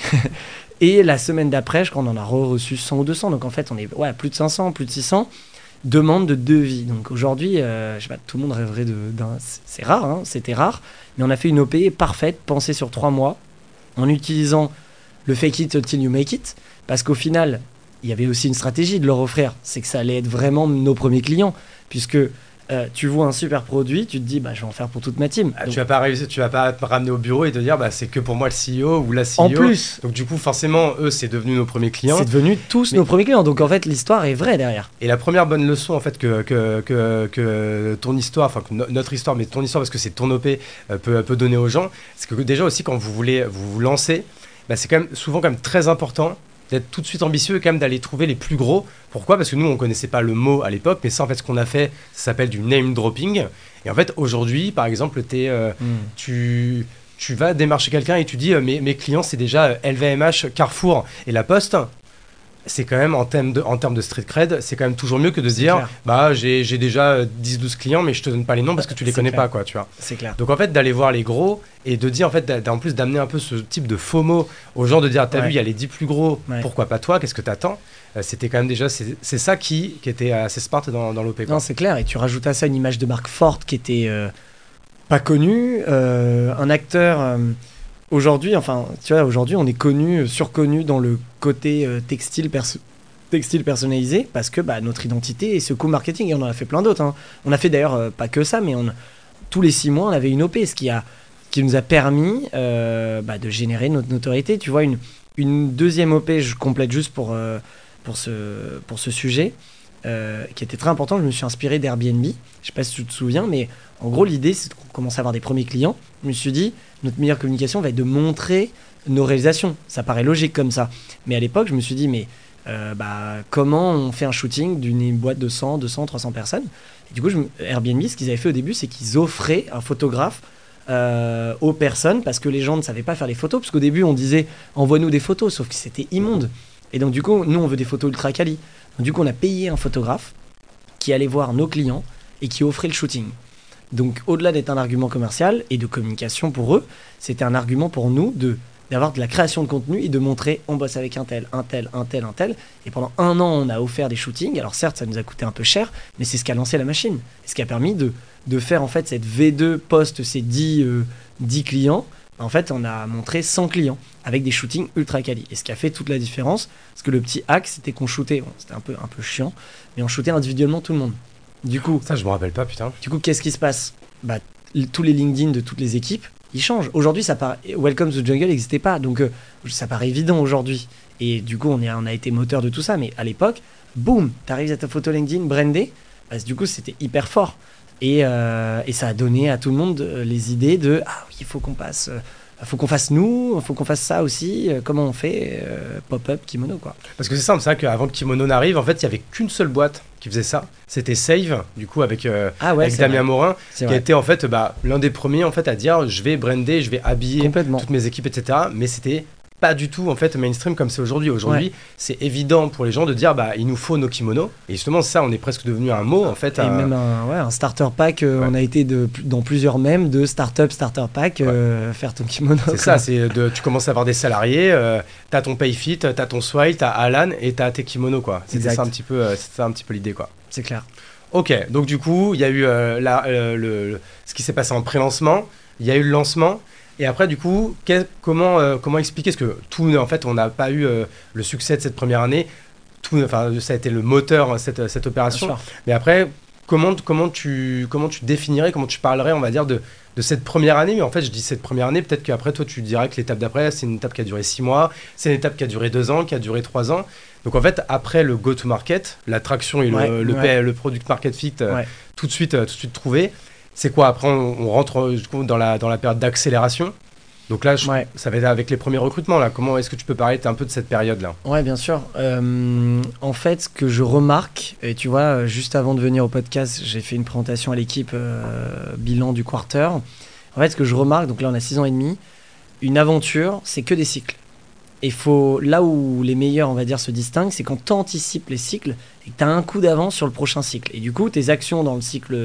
Et la semaine d'après, je crois qu'on en a reçu cent ou deux cents. Donc en fait, on est ouais, plus de cinq cents, plus de six cents demandes de devis. Donc aujourd'hui, euh, je sais pas, tout le monde rêverait de, d'un... C'est rare, hein, c'était rare. Mais on a fait une O P parfaite, pensée sur trois mois, en utilisant le fake it till you make it. Parce qu'au final, il y avait aussi une stratégie de leur offrir. C'est que ça allait être vraiment nos premiers clients. Puisque euh, tu vois un super produit, tu te dis, bah, je vais en faire pour toute ma team. Ah, Donc, tu vas pas réussir, tu vas pas te ramener au bureau et te dire bah c'est que pour moi le C E O ou la C E O. en plus, Donc du coup forcément eux c'est devenu nos premiers clients. c'est devenu tous Mais- nos premiers clients. Donc en fait, l'histoire est vraie derrière. Et la première bonne leçon en fait que, que, que, que ton histoire, enfin que no- notre histoire, mais ton histoire parce que c'est ton O P euh, peut, peut donner aux gens, c'est que déjà aussi quand vous voulez vous, vous lancer, bah, c'est quand même souvent quand même très important d'être tout de suite ambitieux et quand même d'aller trouver les plus gros. Pourquoi ? Parce que nous on connaissait pas le mot à l'époque, mais ça en fait ce qu'on a fait, ça s'appelle du name dropping. Et en fait aujourd'hui par exemple t'es, euh, Mm. tu tu vas démarcher quelqu'un et tu dis euh, mes, mes clients c'est déjà euh, L V M H, Carrefour et La Poste. C'est quand même en termes de, en termes de street cred, c'est quand même toujours mieux que de se C'est dire clair. bah j'ai, j'ai déjà euh, dix douze clients mais je te donne pas les noms parce que tu les C'est connais clair. pas quoi, tu vois. C'est clair. Donc en fait d'aller voir les gros et de dire en fait d'a- d'a- en plus d'amener un peu ce type de FOMO aux gens, de dire t'as Ouais. vu il y a les dix plus gros, Ouais. pourquoi pas toi, qu'est-ce que t'attends. Euh, c'était quand même déjà c'est, c'est ça qui, qui était assez smart dans, dans l'O P quoi. Non, c'est clair. Et tu rajoutes à ça une image de marque forte qui était euh, pas connue. euh, un acteur. euh, aujourd'hui, enfin, tu vois, aujourd'hui, on est connu, euh, surconnu dans le côté euh, textile, perso- textile personnalisé parce que bah, notre identité et ce coup marketing. Et on en a fait plein d'autres. hein. On a fait d'ailleurs euh, pas que ça, mais on, tous les six mois, on avait une O P, ce qui, a, qui nous a permis euh, bah, de générer notre notoriété. Tu vois, une, une deuxième O P, je complète juste pour, euh, pour, ce, pour ce sujet. Euh, qui était très important, je me suis inspiré d'Airbnb. Je sais pas si tu te souviens, mais en gros, l'idée, c'est qu'on commence à avoir des premiers clients. Je me suis dit, notre meilleure communication va être de montrer nos réalisations. Ça paraît logique comme ça. Mais à l'époque, je me suis dit, mais euh, bah, comment on fait un shooting d'une boîte de cent, deux cents, trois cents personnes ? Et du coup, je me- Airbnb, ce qu'ils avaient fait au début, c'est qu'ils offraient un photographe euh, aux personnes parce que les gens ne savaient pas faire les photos. Parce qu'au début, on disait, envoie-nous des photos, sauf que c'était immonde. Et donc, du coup, nous, on veut des photos ultra quali. Donc, du coup, on a payé un photographe qui allait voir nos clients et qui offrait le shooting. Donc, au-delà d'être un argument commercial et de communication pour eux, c'était un argument pour nous de d'avoir de la création de contenu et de montrer on bosse avec un tel, un tel, un tel, un tel. Et pendant un an, on a offert des shootings. Alors certes, ça nous a coûté un peu cher, mais c'est ce qui a lancé la machine. Et ce qui a permis de, de faire en fait cette V deux post ces dix, euh, dix clients. En fait, on a montré cent clients avec des shootings ultra quali. Et ce qui a fait toute la différence, parce que le petit hack, c'était qu'on shootait, bon, c'était un peu, un peu chiant, mais on shootait individuellement tout le monde. Du coup, Ça je me rappelle pas putain. du coup, qu'est-ce qui se passe ? Bah, l- tous les LinkedIn de toutes les équipes, ils changent. Aujourd'hui, ça paraît... Welcome to the Jungle n'existait pas, donc euh, ça paraît évident aujourd'hui. Et du coup, on, est, on a été moteur de tout ça, mais à l'époque, boum, t'arrives à ta photo LinkedIn brandée, bah, du coup, c'était hyper fort. Et, euh, et ça a donné à tout le monde euh, les idées de « Ah oui, il faut qu'on passe... euh, faut qu'on fasse nous, faut qu'on fasse ça aussi, euh, comment on fait euh, pop-up, kimono, quoi. » Parce que c'est simple, c'est vrai qu'avant que Kimono n'arrive, en fait, il y avait qu'une seule boîte qui faisait ça. C'était Save, du coup, avec, euh, Ah ouais, avec c'est Damien vrai. Morin, C'est qui vrai. a été en fait bah, l'un des premiers en fait à dire je vais brander, je vais habiller Complètement. toutes mes équipes, et cetera. Mais c'était pas du tout en fait mainstream comme c'est aujourd'hui. Aujourd'hui, Ouais. c'est évident pour les gens de dire bah il nous faut nos kimonos. Et justement, ça, on est presque devenu un mot en fait. Et à- même un, ouais, un starter pack, euh, Ouais. on a été de, dans plusieurs mèmes de startup, starter pack, euh, faire ton kimono. C'est quoi. ça, c'est de, tu commences à avoir des salariés, euh, t'as ton Payfit, t'as ton Swile, t'as Alan et t'as tes kimonos quoi. C'était Exact. ça un petit peu, euh, c'était ça un petit peu l'idée quoi. C'est clair. Ok, donc du coup, il y a eu euh, la- euh, le, le- ce qui s'est passé en pré-lancement, il y a eu le lancement, et après, du coup, quel- comment, euh, comment expliquer, parce que tout, en fait, on n'a pas eu euh, le succès de cette première année, tout, enfin, ça a été le moteur, cette, cette Bien opération, sûr. mais après, comment, comment, tu, comment tu définirais, comment tu parlerais, on va dire, de, de cette première année, mais en fait, je dis cette première année, peut-être qu'après, toi, tu dirais que l'étape d'après, c'est une étape qui a duré six mois, c'est une étape qui a duré deux ans, qui a duré trois ans. Donc en fait, après le go-to-market, l'attraction et le, Ouais, le, ouais. P- le product market fit euh, Ouais. tout de suite, euh, tout de suite trouvé, c'est quoi après on, on rentre euh, du coup, dans la, dans la période d'accélération. Donc là, je- Ouais. ça va être avec les premiers recrutements là. Comment est-ce que tu peux parler un peu de cette période là? Ouais, bien sûr. Euh, en fait, ce que je remarque, et tu vois, euh, juste avant de venir au podcast, j'ai fait une présentation à l'équipe euh, bilan du quarter. En fait, ce que je remarque, donc là, on a six ans et demi, une aventure, c'est que des cycles. Et faut, là où les meilleurs, on va dire, se distinguent, c'est quand tu anticipes les cycles et que tu as un coup d'avance sur le prochain cycle. Et du coup, tes actions dans le cycle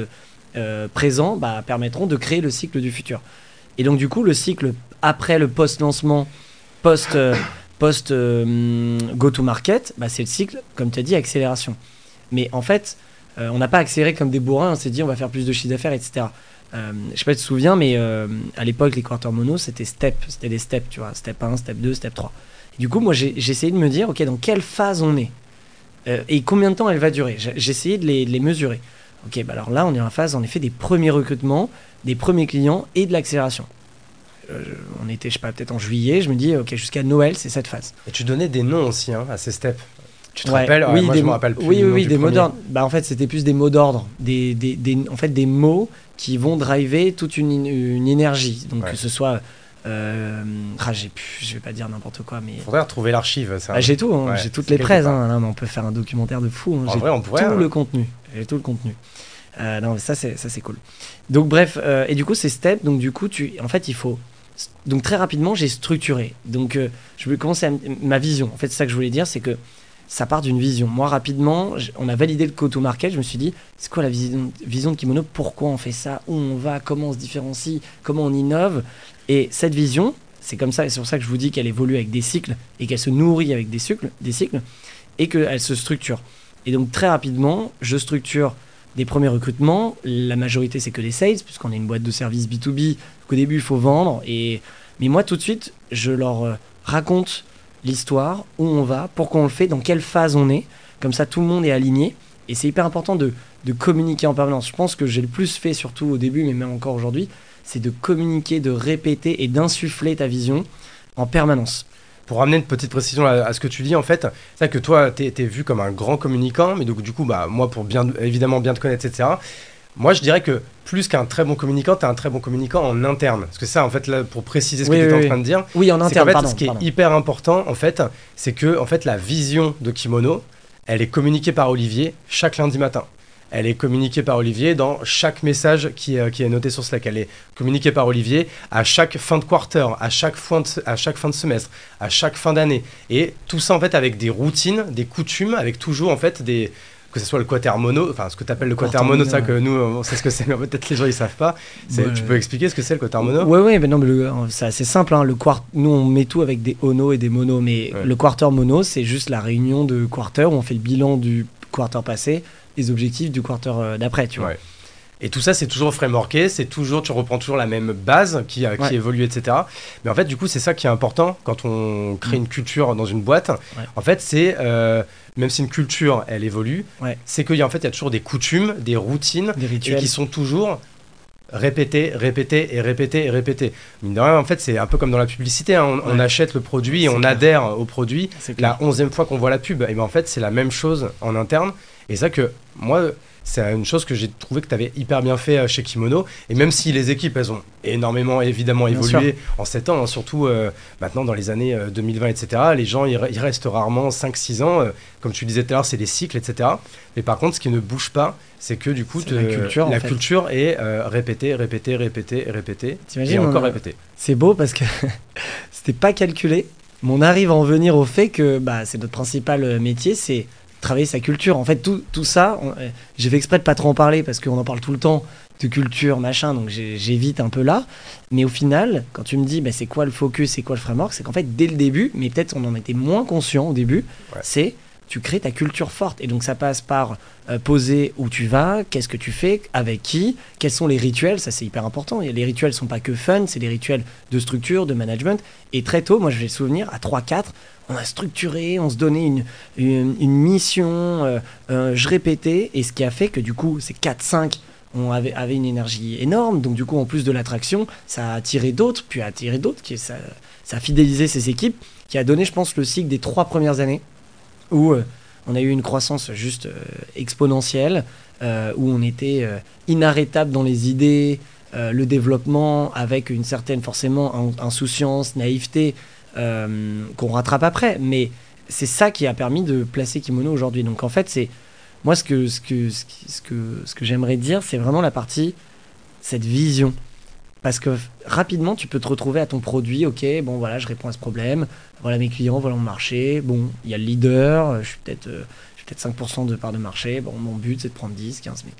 euh, présents bah, permettront de créer le cycle du futur. Et donc du coup, le cycle après le post-lancement, post, euh, post euh, go-to-market, bah, c'est le cycle, comme tu as dit, accélération. Mais en fait, euh, on n'a pas accéléré comme des bourrins, on s'est dit on va faire plus de chiffre d'affaires, et cetera. Euh, je sais pas si tu te souviens, mais euh, à l'époque, les quarters mono, c'était step, c'était des steps, tu vois, step un, step deux, step trois. Et du coup, moi, j'ai, j'ai essayé de me dire, ok, dans quelle phase on est euh, et combien de temps elle va durer. J'ai, j'ai essayé de les, de les mesurer. Ok, bah alors là, on est en phase, en effet, des premiers recrutements, des premiers clients et de l'accélération. Euh, on était, je sais pas, peut-être en juillet, je me dis, ok, jusqu'à Noël, c'est cette phase. Et tu donnais des noms aussi hein, à ces steps. Tu te Ouais, rappelles oui, ouais, Moi, des, je me rappelle plus. Oui, oui, oui, des premier. mots d'ordre. Bah, en fait, c'était plus des mots d'ordre. Des, des, des, en fait, des mots qui vont driver toute une, une énergie. Donc, ouais. que ce soit. Euh, ah, j'ai pu, je vais pas dire n'importe quoi, mais. Faudrait retrouver l'archive. Ça. Bah, j'ai tout, hein, ouais, j'ai toutes les presse. Hein, là, on peut faire un documentaire de fou. Hein, en j'ai vrai, on pourrait. Tout hein. le contenu. J'ai tout le contenu. Euh, non, mais ça, c'est, ça, c'est cool. Donc, bref, euh, et du coup, c'est step. Donc, du coup, tu, en fait, il faut. Donc, très rapidement, j'ai structuré. Donc, euh, je vais commencer à. Ma vision. En fait, c'est ça que je voulais dire, c'est que. Ça part d'une vision. Moi, rapidement, on a validé le go-to-market. Je me suis dit, c'est quoi la vision, vision de Kimono ? Pourquoi on fait ça ? Où on va ? Comment on se différencie ? Comment on innove ? Et cette vision, c'est comme ça, et c'est pour ça que je vous dis qu'elle évolue avec des cycles et qu'elle se nourrit avec des cycles, des cycles et qu'elle se structure. Et donc, très rapidement, je structure des premiers recrutements. La majorité, c'est que des sales, puisqu'on est une boîte de services B deux B. Qu'au début, il faut vendre. Et... Mais moi, tout de suite, je leur raconte l'histoire, où on va, pourquoi on le fait, dans quelle phase on est. Comme ça, tout le monde est aligné. Et c'est hyper important de, de communiquer en permanence. Je pense que j'ai le plus fait, surtout au début, mais même encore aujourd'hui, c'est de communiquer, de répéter et d'insuffler ta vision en permanence. Pour ramener une petite précision à, à ce que tu dis, en fait, c'est vrai que toi, tu es vu comme un grand communicant, mais donc, du coup, bah, moi, pour bien, évidemment bien te connaître, et cetera, moi, je dirais que plus qu'un très bon communicant, tu es un très bon communicant en interne. Parce que ça, en fait, là, pour préciser ce oui, que oui, tu étais oui. en train de dire, oui, en interne, c'est qu'en fait, pardon, ce qui pardon. est hyper important, en fait, c'est que en fait, la vision de Kimono, elle est communiquée par Olivier chaque lundi matin. Elle est communiquée par Olivier dans chaque message qui, euh, qui est noté sur Slack. Elle est communiquée par Olivier à chaque fin de quarter, à chaque fin de, à chaque fin de semestre, à chaque fin d'année. Et tout ça, en fait, avec des routines, des coutumes, avec toujours, en fait, des... que ce soit le quater mono, enfin ce que tu appelles le quater mono, ça que nous on sait ce que c'est, mais peut-être les gens ils savent pas. C'est, ouais, tu peux expliquer ce que c'est le quater mono ? Ouais, ouais, mais non, mais le, c'est assez simple. Hein, le quart, nous on met tout avec des ono et des mono, mais ouais. Le quarter mono c'est juste la réunion de quarter où on fait le bilan du quarter passé, les objectifs du quarter d'après, tu vois. Ouais. Et tout ça, c'est toujours frameworké, c'est toujours, tu reprends toujours la même base qui, qui ouais. évolue, et cetera. Mais en fait, du coup, c'est ça qui est important quand on crée mmh. une culture dans une boîte. Ouais. En fait, c'est, euh, même si une culture, elle évolue, ouais. c'est qu'il y a, en fait, il y a toujours des coutumes, des routines, des rituels. Et qui sont toujours répétées, répétées et répétées et répétées. Mine de rien, en fait, c'est un peu comme dans la publicité. Hein. On, ouais. on achète le produit et c'est on clair. adhère au produit. La onzième fois qu'on voit la pub, et ben en fait, c'est la même chose en interne. Et ça que, moi... c'est une chose que j'ai trouvé que tu avais hyper bien fait chez Kimono. Et même si les équipes, elles ont énormément, évidemment, bien évolué sûr. En sept ans, hein, surtout euh, maintenant dans les années euh, deux mille vingt, et cetera, les gens, ils, ils restent rarement cinq six ans. Euh, comme tu le disais tout à l'heure, c'est des cycles, et cetera. Mais par contre, ce qui ne bouge pas, c'est que du coup, te, la culture, la en fait. culture est euh, répétée, répétée, répétée, répétée. T'imagines, et encore a... répétée. C'est beau parce que c'était pas calculé. Mais on arrive à en venir au fait que bah, c'est notre principal métier, c'est travailler sa culture. En fait, tout, tout ça, on, euh, j'ai fait exprès de pas trop en parler parce qu'on en parle tout le temps de culture, machin, donc j'ai, j'évite un peu là. Mais au final, quand tu me dis bah, c'est quoi le focus, c'est quoi le framework, c'est qu'en fait, dès le début, mais peut-être on en était moins conscient au début, ouais. c'est tu crées ta culture forte. Et donc ça passe par euh, poser où tu vas, qu'est-ce que tu fais, avec qui, quels sont les rituels, ça c'est hyper important. Et les rituels sont pas que fun, c'est des rituels de structure, de management. Et très tôt, moi je vais me souvenir, à trois quatre, on a structuré, on se donnait une, une, une mission, euh, euh, je répétais, et ce qui a fait que du coup, ces quatre cinq, on avait, avait une énergie énorme, donc du coup, en plus de l'attraction, ça a attiré d'autres, puis a attiré d'autres, qui, ça, ça a fidélisé ces équipes, qui a donné, je pense, le cycle des trois premières années, où euh, on a eu une croissance juste euh, exponentielle, euh, où on était euh, inarrêtable dans les idées, euh, le développement, avec une certaine, forcément, insouciance, naïveté, Euh, qu'on rattrape après, mais c'est ça qui a permis de placer Kimono aujourd'hui. Donc en fait, c'est moi ce que ce que ce, qui, ce que ce que j'aimerais dire, c'est vraiment la partie cette vision, parce que rapidement tu peux te retrouver à ton produit. Ok, bon voilà, je réponds à ce problème. Voilà mes clients, voilà mon marché. Bon, il y a le leader. Je suis peut-être euh, je suis peut-être cinq pour cent de part de marché. Bon, mon but c'est de prendre dix, quinze. Mais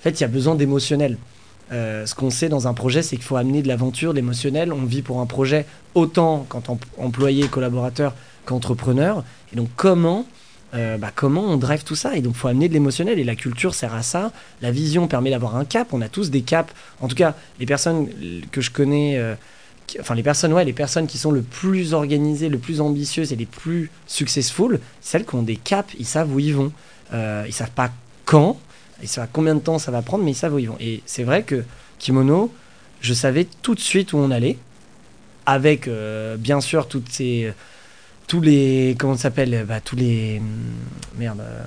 fait, il y a besoin d'émotionnel. Euh, ce qu'on sait dans un projet, c'est qu'il faut amener de l'aventure, de l'émotionnel. On vit pour un projet autant qu'en tant qu'employé, collaborateur, qu'entrepreneur. Et donc, comment, euh, bah, comment on drive tout ça ? Et donc, il faut amener de l'émotionnel. Et la culture sert à ça. La vision permet d'avoir un cap. On a tous des caps. En tout cas, les personnes que je connais, euh, qui, enfin, les personnes, ouais, les personnes qui sont le plus organisées, le plus ambitieuses et les plus successful, celles qui ont des caps, ils savent où ils vont. Euh, ils savent pas quand. Ils savent combien de temps ça va prendre, mais ils savent où ils vont. Et c'est vrai que Kimono, je savais tout de suite où on allait, avec euh, bien sûr toutes ces, tous les, comment ça s'appelle, bah, tous les, merde, euh,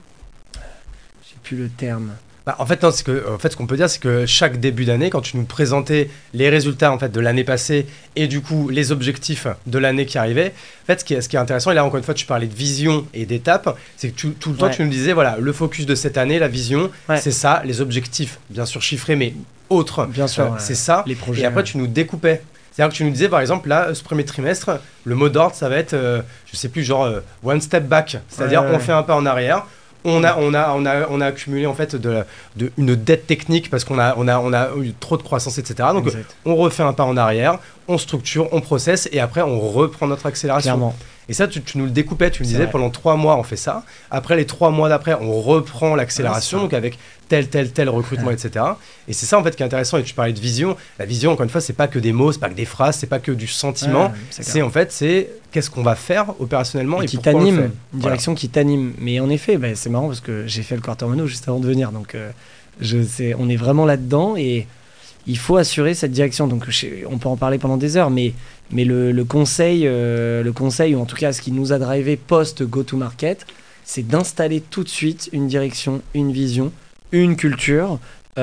j'ai plus le terme. Bah, en fait, non, c'est que, en fait, ce qu'on peut dire, c'est que chaque début d'année, quand tu nous présentais les résultats en fait, de l'année passée et du coup les objectifs de l'année qui arrivait, en fait, ce qui est, ce qui est intéressant, et là encore une fois, tu parlais de vision et d'étapes, c'est que tu, tout le temps, Ouais. tu nous disais, voilà, le focus de cette année, la vision, Ouais. c'est ça, les objectifs, bien sûr chiffrés, mais autres, Bien sûr, euh, ouais. c'est ça. Les projets. Et après, ouais. tu nous découpais. C'est-à-dire que tu nous disais, par exemple, là, ce premier trimestre, le mot d'ordre, ça va être, euh, je sais plus, genre euh, one step back. C'est-à-dire, Ouais, ouais, on fait un pas en arrière. On a, on, a, on, a, on a accumulé en fait de, la- de une dette technique parce qu'on a, on a, on a eu trop de croissance, et cetera. Donc, Exact. on refait un pas en arrière, on structure, on processe et après, on reprend notre accélération. Clairement. Et ça, tu, tu nous le découpais, tu nous C'est disais vrai. pendant trois mois, on fait ça. Après les trois mois d'après, on reprend l'accélération, Ouais, c'est donc avec tel, tel, tel recrutement, et cetera. Et c'est ça en fait qui est intéressant. Et tu parlais de vision. La vision, encore une fois, c'est pas que des mots, c'est pas que des phrases, c'est pas que du sentiment. Ouais, c'est c'est clair. en fait, c'est qu'est-ce qu'on va faire opérationnellement et, Et qui pourquoi on le t'anime, fait. une Voilà. direction qui t'anime. Mais en effet, bah, c'est marrant parce que j'ai fait le quarter mono juste avant de venir, donc euh, je sais, on est vraiment là-dedans et il faut assurer cette direction. Donc je- on peut en parler pendant des heures, mais mais le, le conseil, euh, le conseil ou en tout cas ce qui nous a drivé post go-to-market, c'est d'installer tout de suite une direction, une vision, une culture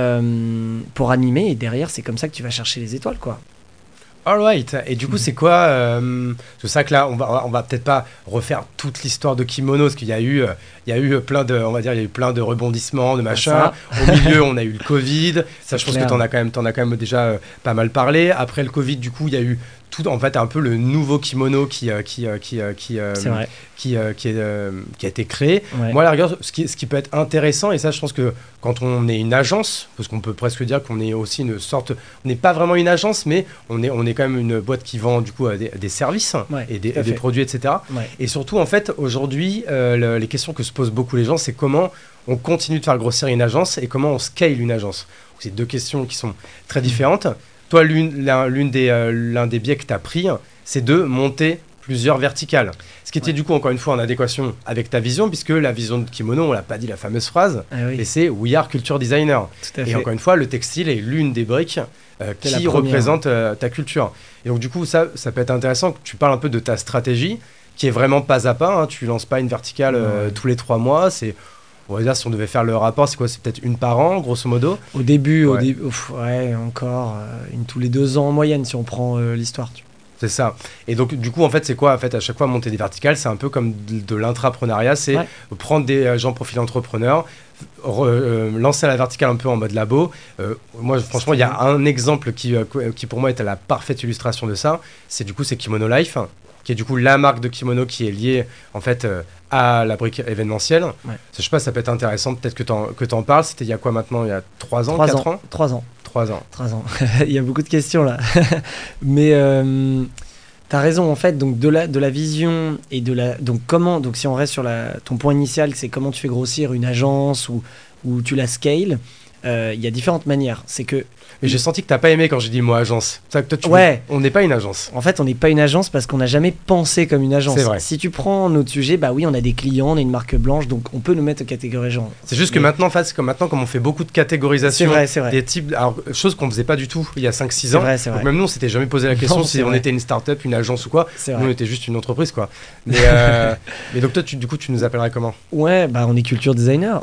euh, pour animer. Et derrière, c'est comme ça que tu vas chercher les étoiles, quoi. Alright. Et du coup, c'est quoi euh, C'est ça que là, on va, on va peut-être pas refaire toute l'histoire de Kimono, parce qu'il y a eu, euh, il y a eu plein de, on va dire, il y a eu plein de rebondissements, de machins. Ça. Au milieu, on a eu le Covid. Ça, je pense clair. que t'en as quand même, t'en as quand même déjà euh, pas mal parlé. Après le Covid, du coup, il y a eu tout, en fait, un peu le nouveau Kimono qui, euh, qui, euh, qui, euh, qui, euh, C'est vrai. qui, euh, qui, est, euh, qui a été créé. Ouais. Moi, à la rigueur, ce qui, ce qui peut être intéressant, et ça, je pense que quand on est une agence, parce qu'on peut presque dire qu'on est aussi une sorte, on n'est pas vraiment une agence, mais on est, on est quand même une boîte qui vend du coup euh, des, des services Ouais, et, des, tout à et des fait. produits, et cetera. Ouais. Et surtout, en fait, aujourd'hui, euh, le- les questions que se posent beaucoup les gens, c'est comment on continue de faire grossir une agence et comment on scale une agence. Donc, c'est deux questions qui sont très différentes. Toi, l'une, l'un, l'une des, euh, l'un des biais que tu as pris, c'est de monter plusieurs verticales. Ce qui était Ouais. du coup, encore une fois, en adéquation avec ta vision, puisque la vision de Kimono, on l'a pas dit la fameuse phrase, Ah oui, et c'est We are culture designer. tout à Et fait. encore une fois, le textile est l'une des briques euh, C'est la qui première. représente euh, ta culture. Et donc du coup, ça, ça peut être intéressant que tu parles un peu de ta stratégie, qui est vraiment pas à pas. Hein. Tu lances pas une verticale euh, Ouais. tous les trois mois. C'est, on va dire, si on devait faire le rapport, c'est quoi? C'est peut-être une par an, grosso modo. Au début, au Ouais. début ouf, ouais, encore euh, une tous les deux ans en moyenne si on prend euh, l'histoire. tu C'est ça. Et donc, du coup, en fait, c'est quoi? En fait, à chaque fois, monter des verticales, c'est un peu comme de, de l'intrapreneuriat. C'est Ouais. prendre des euh, gens profils entrepreneurs, re- euh, lancer la verticale un peu en mode labo. Euh, moi, franchement, il y a un exemple qui, euh, qui, pour moi, est la parfaite illustration de ça. C'est du coup, c'est Kimono Life, qui est du coup la marque de kimono qui est liée, en fait, euh, à la brique événementielle. Ouais. Je sais pas, ça peut être intéressant, peut-être que t'en, que t'en parles. C'était il y a quoi maintenant? Il y a trois ans, Trois quatre ans. ans? Trois ans. Trois ans. Trois ans. Il y a beaucoup de questions là. Mais euh, t'as raison en fait. Donc de la de la vision et de la donc comment donc si on reste sur la ton point initial, c'est comment tu fais grossir une agence ou ou tu la scales. euh, Il y a différentes manières. C'est que Mais j'ai senti que t'as pas aimé quand j'ai dit le mot agence. C'est ça que toi, tu Ouais. on n'est pas une agence. en fait, on n'est pas une agence parce qu'on n'a jamais pensé comme une agence. C'est vrai. Si tu prends notre sujet, bah oui, on a des clients, on est une marque blanche, donc on peut nous mettre aux catégories gens. C'est juste que Mais- maintenant, en fait, c'est comme maintenant, comme on fait beaucoup de C'est catégorisation, vrai, c'est vrai. des types, alors, chose qu'on faisait pas du tout il y a cinq six C'est ans. vrai, c'est Donc vrai. même nous, on s'était jamais posé la question Non, si c'est on vrai. était une start-up, une agence ou quoi. C'est Nous, vrai. on était juste une entreprise, quoi. Mais, euh, mais donc toi, tu, du coup, tu nous appellerais comment? Ouais, bah on est culture designer.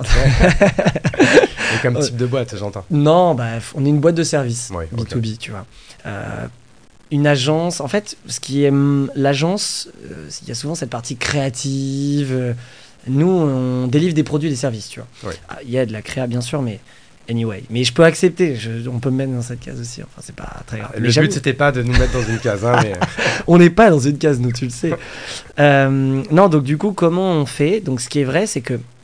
Et comme Ouais. type de boîte, j'entends. Non, bah, f- on est une boîte de service, Ouais, B ok. deux B, tu vois. Euh, une agence, en fait, ce qui est hum, l'agence, euh, il y a souvent cette partie créative. euh, nous, on délivre des produits et des services, tu vois. Ouais. Ah, il y a de la créa, bien sûr, mais anyway. Mais je peux accepter, je- on peut me mettre dans cette case aussi. Enfin, c'est pas très grave. Mais Le j'avoue, but, c'était pas de nous mettre dans une case, hein, mais on n'est pas dans une case, nous, tu le sais. Euh, non, donc du coup, comment on fait? Donc, ce qui est vrai, c'est que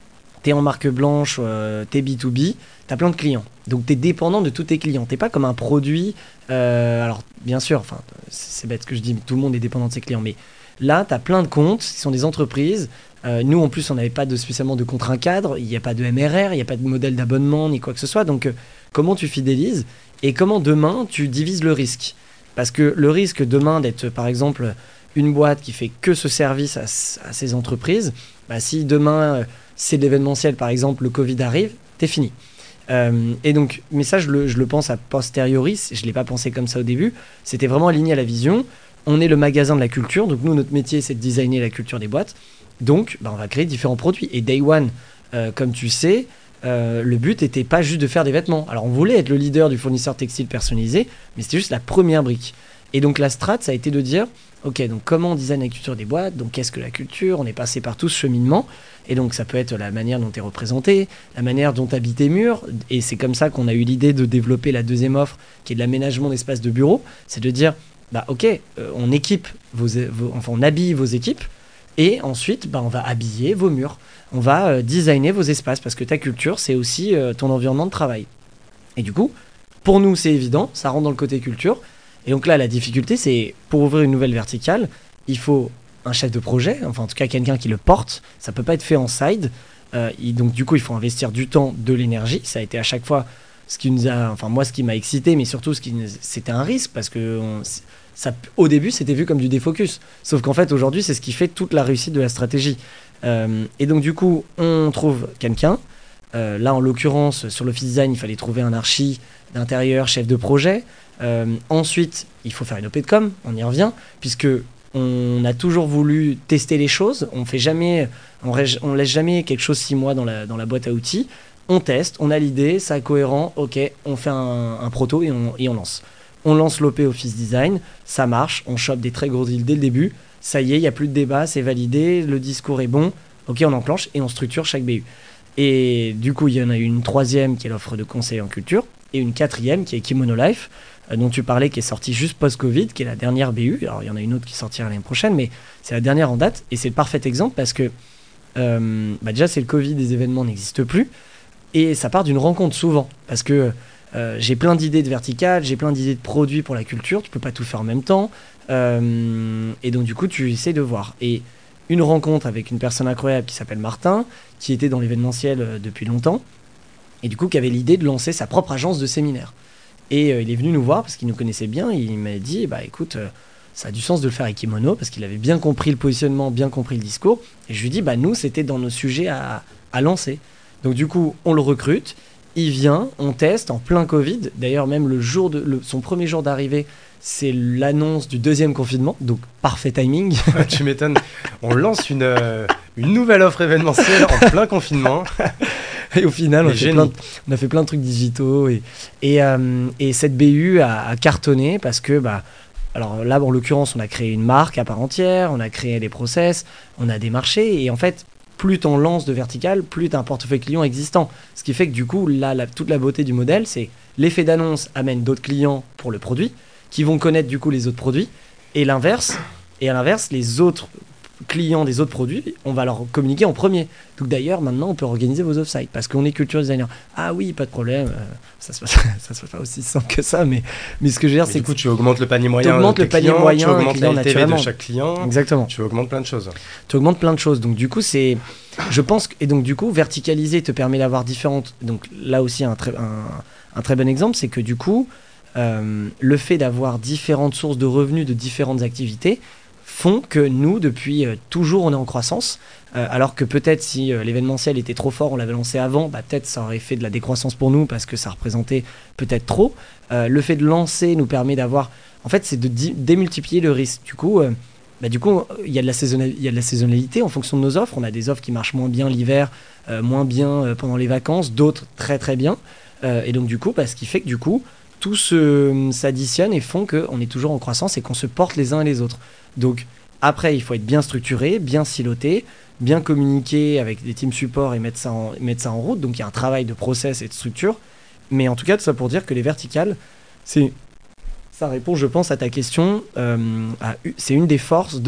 t'es en marque blanche, euh, t'es B deux B, t'as plein de clients. Donc t'es dépendant de tous tes clients. T'es pas comme un produit. Euh, alors bien sûr, enfin c'est bête ce que je dis, mais tout le monde est dépendant de ses clients. Mais là, t'as plein de comptes qui sont des entreprises. Euh, nous en plus, on n'avait pas de, spécialement de contrat cadre. Il n'y a pas de M R R, il n'y a pas de modèle d'abonnement ni quoi que ce soit. Donc euh, comment tu fidélises et comment demain tu divises le risque? Parce que le risque demain d'être par exemple une boîte qui fait que ce service à, à ces entreprises, bah, si demain euh, c'est de l'événementiel par exemple, le Covid arrive, t'es fini. Euh, et donc, mais ça, je le, je le pense a posteriori, je ne l'ai pas pensé comme ça au début, c'était vraiment aligné à la vision. On est le magasin de la culture, donc nous, notre métier, c'est de designer la culture des boîtes. Donc, bah, on va créer différents produits. Et Day One, euh, comme tu sais, euh, le but n'était pas juste de faire des vêtements. Alors, on voulait être le leader du fournisseur textile personnalisé, mais c'était juste la première brique. Et donc, la strat, ça a été de dire, ok, donc comment on design la culture des boîtes? Donc, qu'est-ce que la culture? On est passé par tout ce cheminement. Et donc, ça peut être la manière dont tu es représenté, la manière dont tu habites tes murs. Et c'est comme ça qu'on a eu l'idée de développer la deuxième offre, qui est de l'aménagement d'espace de bureau. C'est de dire, bah, ok, euh, on équipe vos, vos, enfin, on habille vos équipes. Et ensuite, bah, on va habiller vos murs. On va euh, designer vos espaces. Parce que ta culture, c'est aussi euh, ton environnement de travail. Et du coup, pour nous, c'est évident. Ça rentre dans le côté culture. Et donc là, la difficulté, c'est pour ouvrir une nouvelle verticale, il faut un chef de projet, enfin en tout cas quelqu'un qui le porte. Ça peut pas être fait en side. Euh, et donc du coup, il faut investir du temps, de l'énergie. Ça a été à chaque fois ce qui nous a, enfin moi, ce qui m'a excité, mais surtout ce qui, c'était un risque parce que on, ça, au début, c'était vu comme du défocus. Sauf qu'en fait, aujourd'hui, c'est ce qui fait toute la réussite de la stratégie. Euh, et donc du coup, on trouve quelqu'un. Euh, là, en l'occurrence, sur l'office design, il fallait trouver un archi d'intérieur, chef de projet. Euh, ensuite, il faut faire une O P de com, on y revient, puisque on a toujours voulu tester les choses. On fait jamais, on, ré- on laisse jamais quelque chose six mois dans la, dans la boîte à outils. On teste, on a l'idée, ça est cohérent, ok, on fait un, un proto et on, et on lance. On lance l'O P Office Design, ça marche, on chope des très gros deals dès le début. Ça y est, il n'y a plus de débat, c'est validé, le discours est bon. Ok, on enclenche et on structure chaque B U. Et du coup, il y en a une troisième qui est l'offre de conseil en culture et une quatrième qui est Kimono Life, dont tu parlais, qui est sortie juste post-Covid, qui est la dernière B U. Alors, il y en a une autre qui sortira l'année prochaine, mais c'est la dernière en date. Et c'est le parfait exemple parce que, euh, bah déjà, c'est le Covid, les événements n'existent plus. Et ça part d'une rencontre souvent. Parce que euh, j'ai plein d'idées de verticales, j'ai plein d'idées de produits pour la culture. Tu peux pas tout faire en même temps. Euh, et donc, du coup, tu essaies de voir. Et une rencontre avec une personne incroyable qui s'appelle Martin, qui était dans l'événementiel euh, depuis longtemps. Et du coup, qui avait l'idée de lancer sa propre agence de séminaire. Et euh, il est venu nous voir parce qu'il nous connaissait bien. Il m'a dit, bah écoute, euh, ça a du sens de le faire avec Kimono parce qu'il avait bien compris le positionnement, bien compris le discours. Et je lui dis, bah nous, c'était dans nos sujets à, à lancer. Donc du coup, on le recrute. Il vient, on teste en plein Covid. D'ailleurs, même le jour de le, son premier jour d'arrivée, c'est l'annonce du deuxième confinement. Donc parfait timing. Tu m'étonnes. On lance une, euh, une nouvelle offre événementielle en plein confinement. Et au final, on a, fait plein de, on a fait plein de trucs digitaux. Et, et, euh, et cette B U a, a cartonné parce que, bah, alors là, en l'occurrence, on a créé une marque à part entière, on a créé des process, on a des marchés. Et en fait, plus tu en lances de vertical, plus tu as un portefeuille client existant. Ce qui fait que du coup, là, la, toute la beauté du modèle, c'est l'effet d'annonce amène d'autres clients pour le produit, qui vont connaître du coup les autres produits. Et l'inverse, et à l'inverse, les autres clients des autres produits, on va leur communiquer en premier. Donc d'ailleurs, maintenant, on peut organiser vos off-site parce qu'on est culture designer. Ah oui, pas de problème. Euh, ça se passe, ça se passe pas aussi simple que ça, mais, mais ce que je veux dire, mais c'est du coup, que tu augmentes le panier moyen. Tu augmentes le panier clients, moyen, tu augmentes client la L T V de naturellement. chaque client. Exactement. Tu augmentes plein de choses. Tu augmentes plein de choses. Donc du coup, c'est, je pense, que, et donc du coup, verticaliser te permet d'avoir différentes. Donc là aussi, un très, un, un très bon exemple, c'est que du coup, euh, le fait d'avoir différentes sources de revenus de différentes activités font que nous, depuis euh, toujours, on est en croissance. Euh, alors que peut-être si euh, l'événementiel était trop fort, on l'avait lancé avant, bah, peut-être ça aurait fait de la décroissance pour nous parce que ça représentait peut-être trop. Euh, le fait de lancer nous permet d'avoir... En fait, c'est de di- démultiplier le risque. Du coup, euh, bah, du coup, il y a de la saisonna- il y a de la saisonnalité en fonction de nos offres. On a des offres qui marchent moins bien l'hiver, euh, moins bien euh, pendant les vacances, d'autres très très bien. Euh, et donc du coup, bah, ce qui fait que du coup, tout se, s'additionne et font qu'on est toujours en croissance et qu'on se porte les uns et les autres. Donc après, il faut être bien structuré, bien siloté, bien communiquer avec des teams support et mettre ça en, mettre ça en route. Donc il y a un travail de process et de structure. Mais en tout cas, tout ça pour dire que les verticales, c'est, ça répond, je pense, à ta question. Euh, à, c'est une des forces de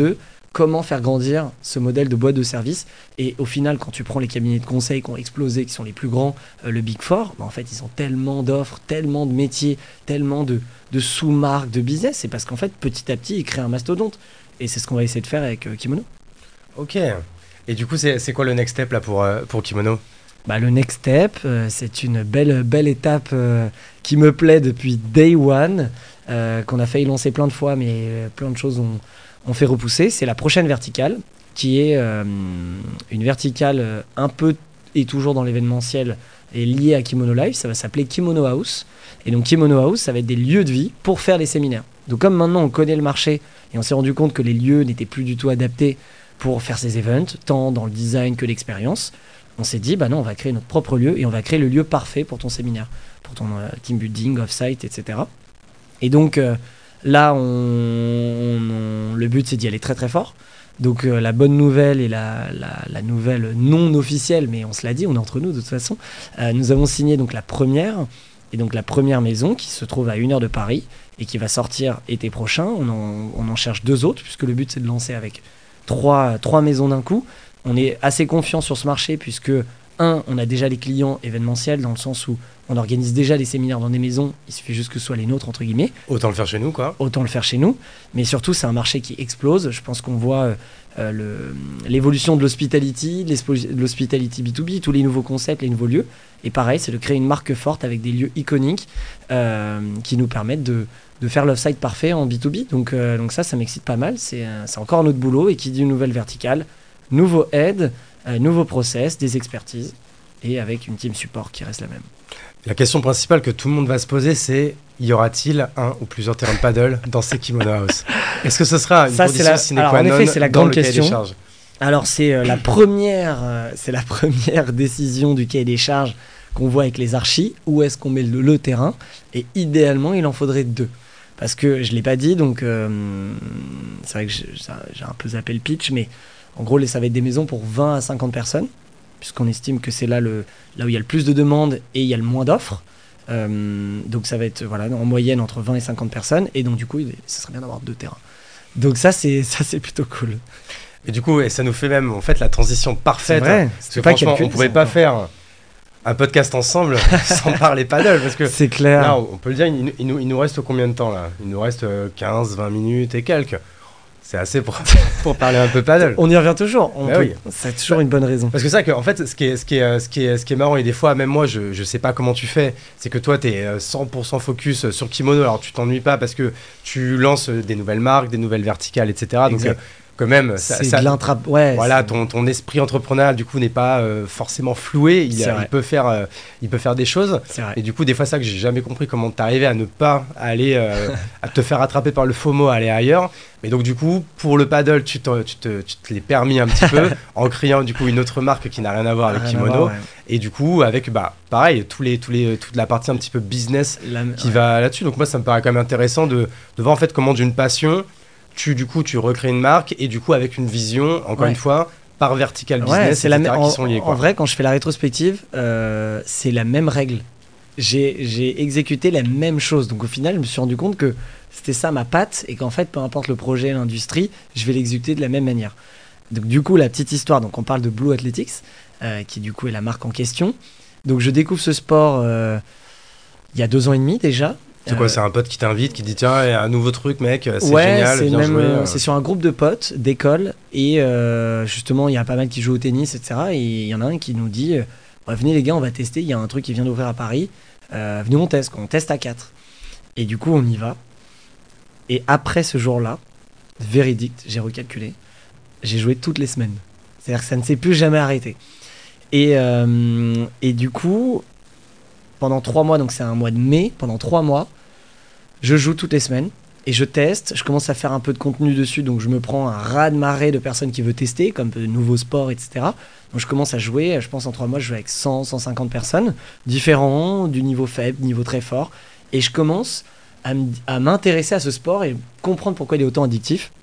comment faire grandir ce modèle de boîte de service. Et au final, quand tu prends les cabinets de conseil qui ont explosé, qui sont les plus grands, euh, le Big Four, bah, en fait, ils ont tellement d'offres, tellement de métiers, tellement de, de sous-marques, de business. C'est parce qu'en fait, petit à petit, ils créent un mastodonte. Et c'est ce qu'on va essayer de faire avec euh, Kimono. Ok. Et du coup, c'est, c'est quoi le next step là pour, euh, pour Kimono? Bah, le next step, euh, c'est une belle, belle étape euh, qui me plaît depuis day one, euh, qu'on a failli lancer plein de fois, mais euh, plein de choses ont, ont fait repousser. C'est la prochaine verticale, qui est euh, une verticale euh, un peu et toujours dans l'événementiel et liée à Kimono Live. Ça va s'appeler Kimono House. Et donc Kimono House, ça va être des lieux de vie pour faire des séminaires. Donc comme maintenant on connaît le marché et on s'est rendu compte que les lieux n'étaient plus du tout adaptés pour faire ces events, tant dans le design que l'expérience, on s'est dit, bah non, on va créer notre propre lieu et on va créer le lieu parfait pour ton séminaire, pour ton euh, team building, off-site, et cetera. Et donc euh, là, on, on- on- le but, c'est d'y aller très très fort. Donc euh, la bonne nouvelle et la, la- la nouvelle non officielle, mais on se l'a dit, on est entre nous de toute façon, euh, nous avons signé donc la première, et donc la première maison qui se trouve à une heure de Paris et qui va sortir été prochain. On en, on en cherche deux autres, puisque le but, c'est de lancer avec trois, trois maisons d'un coup. On est assez confiant sur ce marché puisque, un, on a déjà les clients événementiels dans le sens où on organise déjà des séminaires dans des maisons, il suffit juste que ce soit les nôtres, entre guillemets, Autant le faire chez nous, quoi. autant le faire chez nous. Mais surtout, c'est un marché qui explose. Je pense qu'on voit euh, euh, le- l'évolution de l'hospitality, de l'espo- de l'hospitality B deux B, tous les nouveaux concepts, les nouveaux lieux. Et pareil, c'est de créer une marque forte avec des lieux iconiques euh, qui nous permettent de, de faire l'off-site parfait en B deux B. Donc, euh, donc ça, ça m'excite pas mal. C'est euh, c'est encore notre boulot. Et qui dit une nouvelle verticale, nouveau aide, euh, nouveau process, des expertises et avec une team support qui reste la même. La question principale que tout le monde va se poser, c'est y aura-t-il un ou plusieurs terrains de paddle dans ces Kimono House? Est-ce que ce sera une Ça, c'est condition la- sine alors, qua en non effet, c'est la dans grande le cahier des question. charges? Alors c'est euh, la première, euh, c'est la première décision du cahier des charges qu'on voit avec les archis. Où est-ce qu'on met le, le terrain? Et idéalement, il en faudrait deux. Parce que je l'ai pas dit, donc euh, c'est vrai que j'ai ça- j'ai un peu zappé le pitch, mais en gros, les- ça va être des maisons pour vingt à cinquante personnes, puisqu'on estime que c'est là, le, là où il y a le plus de demandes et il y a le moins d'offres. Euh, donc ça va être voilà, en moyenne entre vingt et cinquante personnes, et donc du coup, il- ça serait bien d'avoir deux terrains. Donc ça, c'est ça, c'est plutôt cool. Et du coup, et ça nous fait même en fait la transition parfaite. C'est vrai, Parce c'est que pas franchement, calculé, on pouvait ça, pas encore. faire un podcast ensemble sans parler paddle. Parce que C'est clair. là, on peut le dire, il, nous- il nous, il nous reste combien de temps là? Il nous reste euh, quinze, vingt minutes et quelques. C'est assez pour, pour parler un peu paddle. On y revient toujours. On Bah peut- oui. C'est toujours une bonne raison. Parce que c'est vrai que en fait, ce qui est, ce qui est, euh, ce qui est, ce qui est marrant, et des fois, même moi, je, je sais pas comment tu fais, c'est que toi, tu es cent pour cent focus sur Kimono. Alors, tu t'ennuies pas parce que tu lances des nouvelles marques, des nouvelles verticales, et cetera. Donc, Exact. euh, quand même, ça, C'est ça- de l'intra. Ouais. voilà, c'est- ton, ton esprit entrepreneurial, du coup, n'est pas euh, forcément floué. Il, C'est a- vrai. il, peut faire, euh, il peut faire des choses. C'est vrai. Et du coup, des fois, ça que j'ai jamais compris comment t'arrivais à ne pas aller, euh, à te faire attraper par le FOMO, à aller ailleurs. Mais donc, du coup, pour le paddle, tu te, tu te, tu te l'es permis un petit peu en créant, du coup, une autre marque qui n'a rien à voir avec Rien à Kimono. voir, ouais. Et du coup, avec, bah, pareil, tous les, tous les, toute la partie un petit peu business La- qui ouais. va là-dessus. Donc, moi, ça me paraît quand même intéressant de, de voir, en fait, comment d'une passion, tu, du coup, tu recrées une marque et, du coup, avec une vision, encore Ouais. une fois, par vertical Ouais, business, c'est la et cetera, même. qui En, sont liés, en quoi. vrai, quand je fais la rétrospective, euh, c'est la même règle. J'ai j'ai exécuté la même chose. Donc au final, je me suis rendu compte que c'était ça ma patte et qu'en fait, peu importe le projet, l'industrie, je vais l'exécuter de la même manière. Donc du coup, la petite histoire. Donc on parle de Blue Athletics, euh, qui du coup est la marque en question. Donc je découvre ce sport euh, il y a deux ans et demi déjà. C'est quoi, Euh, c'est un pote qui t'invite, qui dit tiens, il y a un nouveau truc, mec, c'est ouais, génial, c'est viens même, jouer. euh, euh. c'est sur un groupe de potes d'école et euh, justement il y a pas mal qui jouent au tennis, et cetera. Et il y en a un qui nous dit euh, ouais, venez les gars, on va tester. Il y a un truc qui vient d'ouvrir à Paris. Euh, venez on teste, quoi. On teste à quatre. Et du coup on y va. Et après ce jour-là, véridique, j'ai recalculé, j'ai joué toutes les semaines. C'est-à-dire que ça ne s'est plus jamais arrêté. Et, euh, et du coup, pendant trois mois, donc c'est un mois de mai, pendant trois mois, je joue toutes les semaines et je teste. Je commence à faire un peu de contenu dessus, donc je me prends un raz-de-marée de personnes qui veulent tester, comme de nouveaux sports, et cetera. Donc je commence à jouer, je pense en trois mois, je joue avec cent, cent cinquante personnes, différents, du niveau faible, du niveau très fort. Et je commence à m- à m'intéresser à ce sport et comprendre pourquoi il est autant addictif.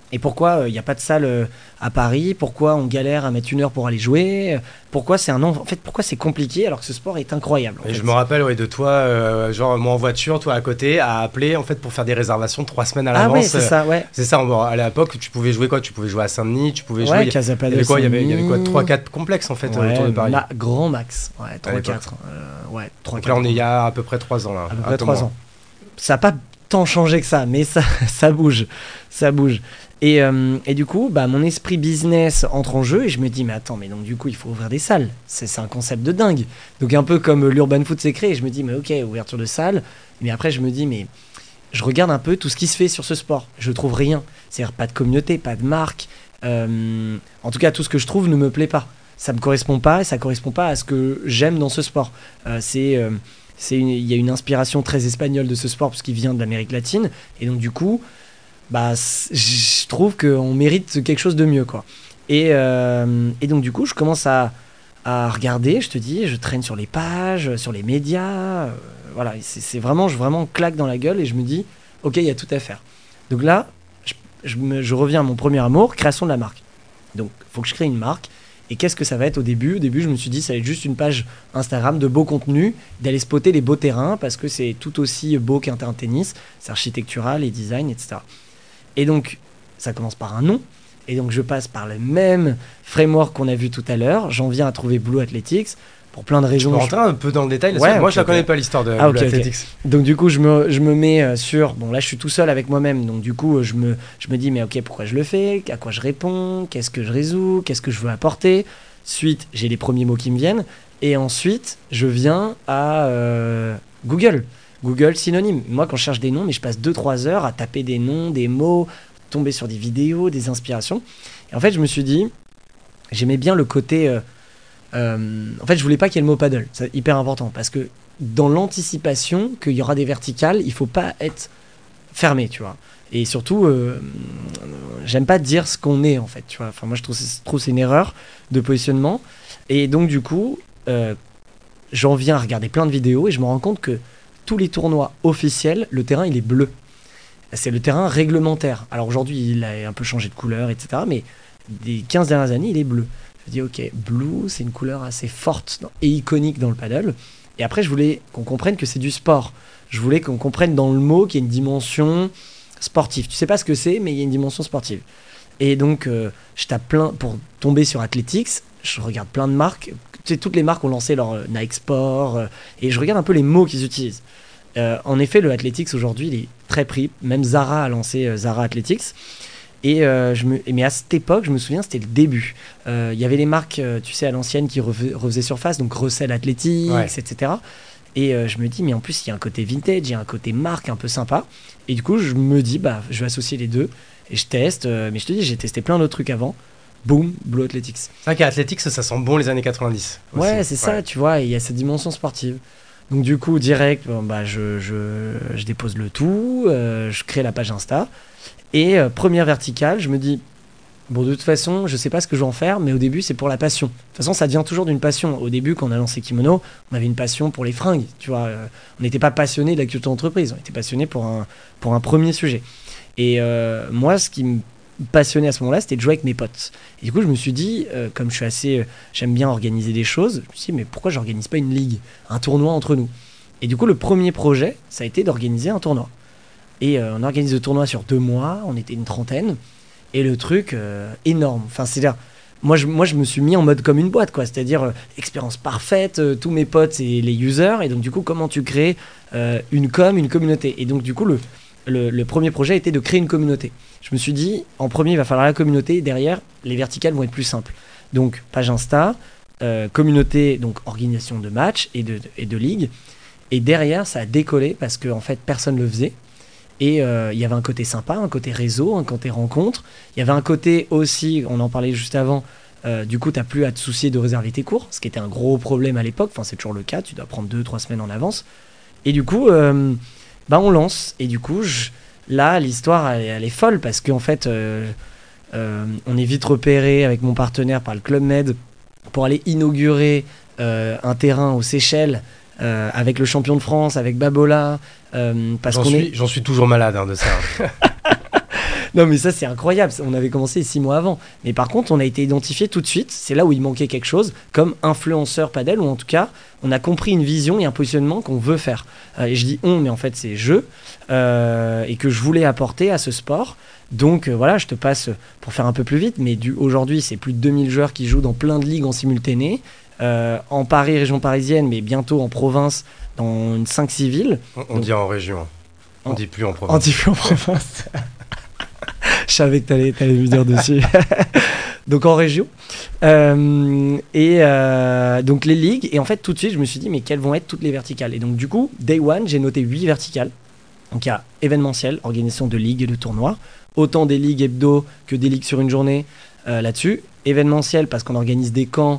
Et pourquoi il euh, n'y a pas de salle euh, à Paris? Pourquoi on galère à mettre une heure pour aller jouer? Pourquoi c'est un en... en fait pourquoi c'est compliqué alors que ce sport est incroyable? Et je me rappelle ouais, de toi, euh, genre moi en voiture, toi à côté, à appeler en fait pour faire des réservations trois semaines à l'avance. Ah ouais, c'est ça, ouais. C'est ça. On, à l'époque, tu pouvais jouer quoi? Tu pouvais jouer à Saint-Denis, tu pouvais jouer. Ouais, Casapada, il y avait quoi? Il y avait, il y avait quoi? trois quatre complexes en fait ouais, autour de Paris. Ma... Grand max, ouais, trois quatre. Euh, ouais, trois quatre. Là, on est il y a à peu près trois ans là. À peu près trois ans. Ça n'a pas tant changé que ça, mais ça, ça bouge, ça bouge. Et, euh, et du coup, bah, mon esprit business entre en jeu et je me dis, mais attends, mais donc du coup, il faut ouvrir des salles. C'est, c'est un concept de dingue. Donc un peu comme l'Urban Foot s'est créé, je me dis, mais ok, ouverture de salle. Mais après, je me dis, mais je regarde un peu tout ce qui se fait sur ce sport. Je trouve rien. C'est-à-dire pas de communauté, pas de marque. Euh, en tout cas, tout ce que je trouve ne me plaît pas. Ça me correspond pas et ça correspond pas à ce que j'aime dans ce sport. Euh, c'est... Euh, c'est une, il y a une inspiration très espagnole de ce sport parce qu'il vient de l'Amérique latine. Et donc du coup... bah, je trouve qu'on mérite quelque chose de mieux, quoi. Et, euh, et donc, du coup, je commence à, à regarder, je te dis, je traîne sur les pages, sur les médias. Euh, voilà, c'est, c'est vraiment, je vraiment claque dans la gueule et je me dis, ok, il y a tout à faire. Donc là, je, je, me, je reviens à mon premier amour, création de la marque. Donc, il faut que je crée une marque. Et qu'est-ce que ça va être au début? Au début, je me suis dit, ça va être juste une page Instagram de beau contenu, d'aller spotter les beaux terrains parce que c'est tout aussi beau qu'un terrain de tennis. C'est architectural, les designs, et cetera. Et donc, ça commence par un nom. Et donc, je passe par le même framework qu'on a vu tout à l'heure. J'en viens à trouver Blue Athletics pour plein de raisons. Tu peux rentrer un peu dans le détail. Ouais, moi, okay, je la okay. connais pas l'histoire de ah, Blue okay, Athletics. Okay. Donc, du coup, je me, je me mets sur... Bon, là, je suis tout seul avec moi-même. Donc, du coup, je me, je me dis, mais ok, pourquoi je le fais? À quoi je réponds? Qu'est-ce que je résous? Qu'est-ce que je veux apporter? Suite, j'ai les premiers mots qui me viennent. Et ensuite, je viens à euh, Google. Google synonyme. Moi, quand je cherche des noms, mais je passe deux trois heures à taper des noms, des mots... tomber sur des vidéos, des inspirations. Et en fait, je me suis dit, j'aimais bien le côté... Euh, euh, en fait, je voulais pas qu'il y ait le mot paddle. C'est hyper important. Parce que dans l'anticipation qu'il y aura des verticales, il faut pas être fermé, tu vois. Et surtout, euh, j'aime pas dire ce qu'on est, en fait, tu vois. Enfin, moi, je trouve, je trouve que c'est une erreur de positionnement. Et donc, du coup, euh, j'en viens à regarder plein de vidéos et je me rends compte que tous les tournois officiels, le terrain, il est bleu. C'est le terrain réglementaire. Alors aujourd'hui, il a un peu changé de couleur, et cetera. Mais des quinze dernières années, il est bleu. Je me dis, ok, blue, c'est une couleur assez forte et iconique dans le paddle. Et après, je voulais qu'on comprenne que c'est du sport. Je voulais qu'on comprenne dans le mot qu'il y a une dimension sportive. Tu sais pas ce que c'est, mais il y a une dimension sportive. Et donc, euh, je tape plein pour tomber sur Athletics. Je regarde plein de marques. Tu sais, toutes les marques ont lancé leur euh, Nike Sport. Euh, et je regarde un peu les mots qu'ils utilisent. Euh, en effet, le Athletics aujourd'hui, il est très pris. Même Zara a lancé euh, Zara Athletics. Et euh, je me, mais à cette époque, je me souviens, c'était le début. Il euh, y avait les marques, euh, tu sais, à l'ancienne qui refais, refaisaient surface, donc Russell Athletics, ouais. et cetera. Et euh, je me dis, mais en plus, il y a un côté vintage, il y a un côté marque un peu sympa. Et du coup, je me dis, bah, je vais associer les deux. Et je teste. Euh, mais je te dis, j'ai testé plein d'autres trucs avant. Boom, Blue Athletics. C'est vrai qu'à Athletics, ça sent bon les années quatre-vingt-dix. Aussi. Ouais, c'est ouais. ça, tu vois. Il y a cette dimension sportive. Donc du coup, direct, bon, bah, je, je, je dépose le tout, euh, je crée la page Insta. Et euh, première verticale, je me dis, bon, de toute façon, je sais pas ce que je vais en faire, mais au début, c'est pour la passion. De toute façon, ça vient toujours d'une passion. Au début, quand on a lancé Kimono, on avait une passion pour les fringues, tu vois. Euh, on n'était pas passionné de la culture d'entreprise, on était passionné pour un, pour un premier sujet. Et euh, moi, ce qui me passionnait à ce moment-là, c'était de jouer avec mes potes. Et du coup, je me suis dit, euh, comme je suis assez, euh, j'aime bien organiser des choses, je me suis dit, mais pourquoi j'organise pas une ligue, un tournoi entre nous? Et du coup, le premier projet, ça a été d'organiser un tournoi. Et euh, on organise le tournoi sur deux mois, on était une trentaine, et le truc, euh, énorme. Enfin, c'est-à-dire, moi je, moi, je me suis mis en mode comme une boîte, quoi. C'est-à-dire, euh, expérience parfaite, euh, tous mes potes, c'est les users, et donc du coup, comment tu crées euh, une com, une communauté. Et donc, du coup, le, le, le premier projet était de créer une communauté. Je me suis dit, en premier, il va falloir la communauté, et derrière, les verticales vont être plus simples. Donc, page Insta, euh, communauté, donc organisation de matchs et de, et de ligues. Et derrière, ça a décollé parce qu'en en fait, personne ne le faisait. Et il euh, y avait un côté sympa, un côté réseau, un côté rencontre. Il y avait un côté aussi, on en parlait juste avant, euh, du coup, tu n'as plus à te soucier de réserver tes cours, ce qui était un gros problème à l'époque. Enfin, c'est toujours le cas, tu dois prendre deux, trois semaines en avance. Et du coup, euh, bah, on lance. Et du coup, je, là, l'histoire, elle, elle est folle parce qu'en fait, euh, euh, on est vite repéré avec mon partenaire par le Club Med pour aller inaugurer euh, un terrain aux Seychelles. Euh, avec le champion de France, avec Babola, euh, parce j'en qu'on suis, est... J'en suis toujours malade hein, de ça. Non mais ça c'est incroyable, on avait commencé six mois avant. Mais par contre on a été identifié tout de suite, c'est là où il manquait quelque chose, comme influenceur padel, ou en tout cas on a compris une vision et un positionnement qu'on veut faire. Euh, et je dis on, mais en fait c'est je, euh, et que je voulais apporter à ce sport. Donc euh, voilà, je te passe pour faire un peu plus vite, mais du, aujourd'hui c'est plus de deux mille joueurs qui jouent dans plein de ligues en simultané, euh, en Paris, région parisienne, mais bientôt en province, dans une cinq six villes. On, on Donc, dit en région, on en, dit plus en on province. dit plus en province. Je savais que t'allais, t'allais me dire dessus. Donc en région. Euh, et euh, donc les ligues. Et en fait, tout de suite, je me suis dit, mais quelles vont être toutes les verticales? Et donc du coup, Day One, j'ai noté huit verticales. Donc il y a événementiel, organisation de ligues et de tournois. Autant des ligues hebdo que des ligues sur une journée euh, là-dessus. Événementiel, parce qu'on organise des camps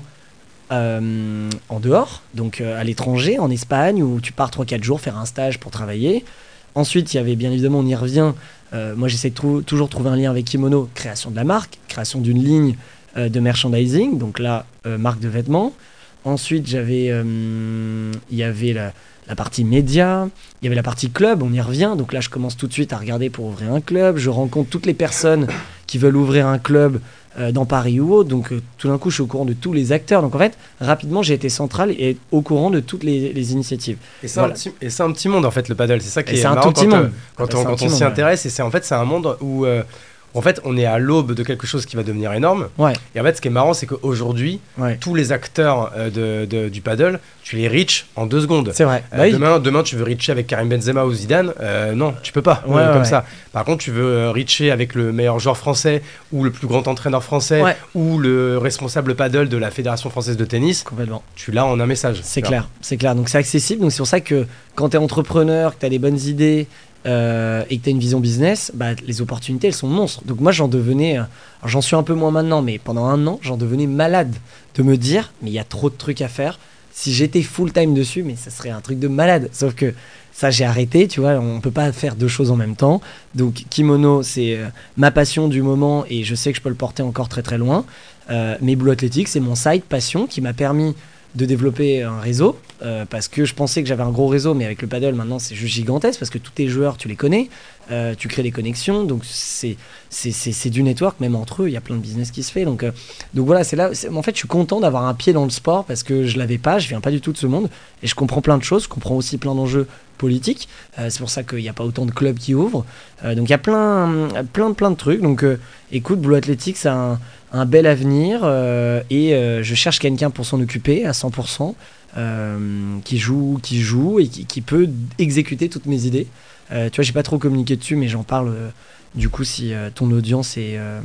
euh, en dehors, donc euh, à l'étranger, en Espagne, où tu pars trois quatre jours faire un stage pour travailler. Ensuite, il y avait bien évidemment, on y revient, euh, moi j'essaie de trou- toujours de trouver un lien avec Kimono, création de la marque, création d'une ligne euh, de merchandising, donc là, euh, marque de vêtements. Ensuite, j'avais, euh, il y avait la, la partie média, il y avait la partie club, on y revient, donc là je commence tout de suite à regarder pour ouvrir un club, je rencontre toutes les personnes qui veulent ouvrir un club euh, dans Paris ou autre, donc euh, tout d'un coup je suis au courant de tous les acteurs, donc en fait, rapidement j'ai été central et au courant de toutes les, les initiatives. Et c'est, Voilà. un petit, et c'est un petit monde en fait le paddle, c'est ça qui Et est c'est un marrant tout petit quand, monde. euh, quand C'est on, un quand petit on s'y monde, ouais. intéresse, et c'est en fait c'est un monde où euh, en fait on est à l'aube de quelque chose qui va devenir énorme. Ouais, Et en fait ce qui est marrant c'est qu'aujourd'hui ouais. tous les acteurs euh, de, de- du paddle, tu les reach en deux secondes. C'est vrai. Euh, Bah oui. demain, demain, tu veux reacher avec Karim Benzema ou Zidane, euh, non, tu peux pas, Ouais, euh, ouais, comme ouais. ça. Par contre, tu veux euh, reacher avec le meilleur joueur français ou le plus grand entraîneur français Ouais. ou le responsable paddle de la Fédération française de tennis, Complètement. tu l'as en un message. C'est Tu vois. clair, c'est clair. Donc c'est accessible. Donc c'est pour ça que quand tu es entrepreneur, que tu as des bonnes idées euh, et que tu as une vision business, bah, les opportunités, elles sont monstres. Donc moi, j'en devenais, euh, alors, j'en suis un peu moins maintenant, mais pendant un an, j'en devenais malade de me dire, mais il y a trop de trucs à faire. Si j'étais full time dessus, mais ça serait un truc de malade. Sauf que ça, j'ai arrêté, tu vois, on peut pas faire deux choses en même temps. Donc Kimono, c'est euh, ma passion du moment et je sais que je peux le porter encore très très loin. Euh, mais Blue Athletics, c'est mon side passion qui m'a permis de développer un réseau euh, parce que je pensais que j'avais un gros réseau, mais avec le paddle maintenant c'est juste gigantesque parce que tous tes joueurs tu les connais, euh, tu crées des connexions, donc c'est, c'est, c'est, c'est du network, même entre eux il y a plein de business qui se fait, donc, euh, donc voilà, c'est là, c'est, en fait je suis content d'avoir un pied dans le sport parce que je l'avais pas, je viens pas du tout de ce monde et je comprends plein de choses, je comprends aussi plein d'enjeux politiques, euh, c'est pour ça qu'il n'y a pas autant de clubs qui ouvrent, euh, donc il y a plein, plein, plein de trucs, donc euh, écoute, Blue Athletics c'est un un bel avenir euh, et euh, je cherche quelqu'un pour s'en occuper à cent pour cent euh, qui joue qui joue et qui, qui peut exécuter toutes mes idées. Euh, tu vois, j'ai pas trop communiqué dessus, mais j'en parle euh, du coup si euh, ton audience est, euh,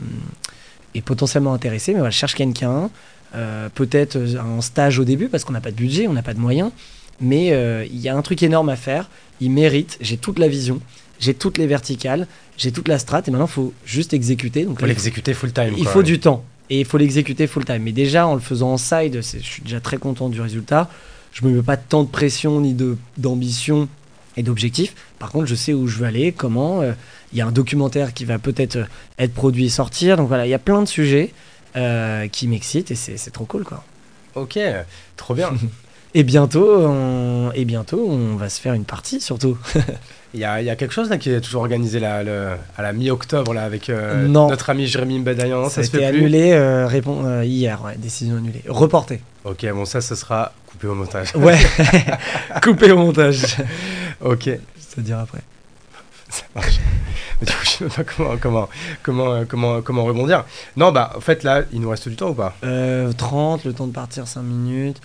est potentiellement intéressée. Mais voilà, je cherche quelqu'un, euh, peut-être un stage au début parce qu'on n'a pas de budget, on n'a pas de moyens, mais euh, il y a un truc énorme à faire. Il mérite. J'ai toute la vision. J'ai toutes les verticales, j'ai toute la strat et maintenant il faut juste exécuter. Donc Faut là, l'exécuter full time. il quoi. faut du temps et il faut l'exécuter full time. Mais déjà en le faisant en side, c'est- je suis déjà très content du résultat. Je me mets pas tant de pression ni de d'ambition et d'objectifs. Par contre, je sais où je veux aller, comment. euh, Il y a un documentaire qui va peut-être euh, être produit et sortir. Donc voilà, il y a plein de sujets euh, qui m'excitent et c'est c'est trop cool quoi. Ok, trop bien. Et bientôt, on... et bientôt, on va se faire une partie surtout. Il y a, il y a quelque chose là qui est toujours organisé là, le- à la mi-octobre là avec euh, Non. notre ami Jérémy Mbadayan. Ça Ça, a se été fait plus. annulé euh, répond, euh, hier, ouais, décision annulée. Reporté. Ok, bon ça, ce sera coupé au montage. Ouais, coupé au montage. Ok, Je te dirai après. ça marche. Mais du coup, je sais même pas comment, comment, comment, euh, comment, comment rebondir. Non, bah en fait là, il nous reste du temps ou pas? Euh, trente, le temps de partir cinq minutes.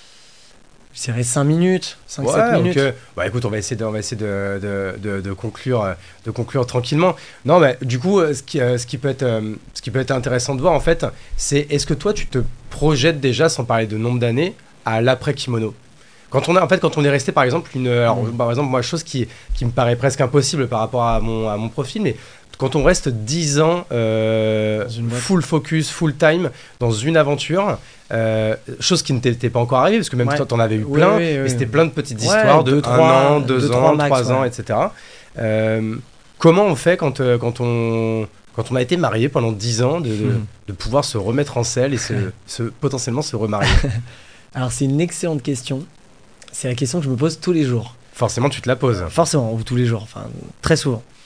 Je dirais cinq minutes, cinq sept Ouais, minutes. ok. Bah écoute, on va essayer de, on va essayer de, de, de, de conclure, euh, de conclure tranquillement. Non, mais du coup, euh, ce qui, euh, ce qui peut être, euh, ce qui peut être intéressant de voir en fait, c'est est-ce que toi, tu te projettes déjà, sans parler de nombre d'années, à l'après kimono? Quand on a, en fait, quand on est resté, par exemple, une, alors, Mm. par exemple, moi, chose qui, qui me paraît presque impossible par rapport à mon, à mon profil, mais quand on reste dix ans euh, Dans une boîte. full focus, full time, dans une aventure, euh, chose qui ne t'était pas encore arrivée, parce que même Ouais. toi, t'en avais eu Oui, plein, oui, oui, mais c'était oui. plein de petites Ouais, histoires de deux, un trois, an, deux, deux, ans, trois max, trois ans, ouais. et cetera. Euh, comment on fait quand, euh, quand, on, quand on a été marié pendant dix ans, de, de, Mhm. de pouvoir se remettre en selle et se, se, potentiellement se remarier? Alors, c'est une excellente question. C'est la question que je me pose tous les jours. Forcément, tu te la poses. Forcément, ou tous les jours, enfin, très souvent.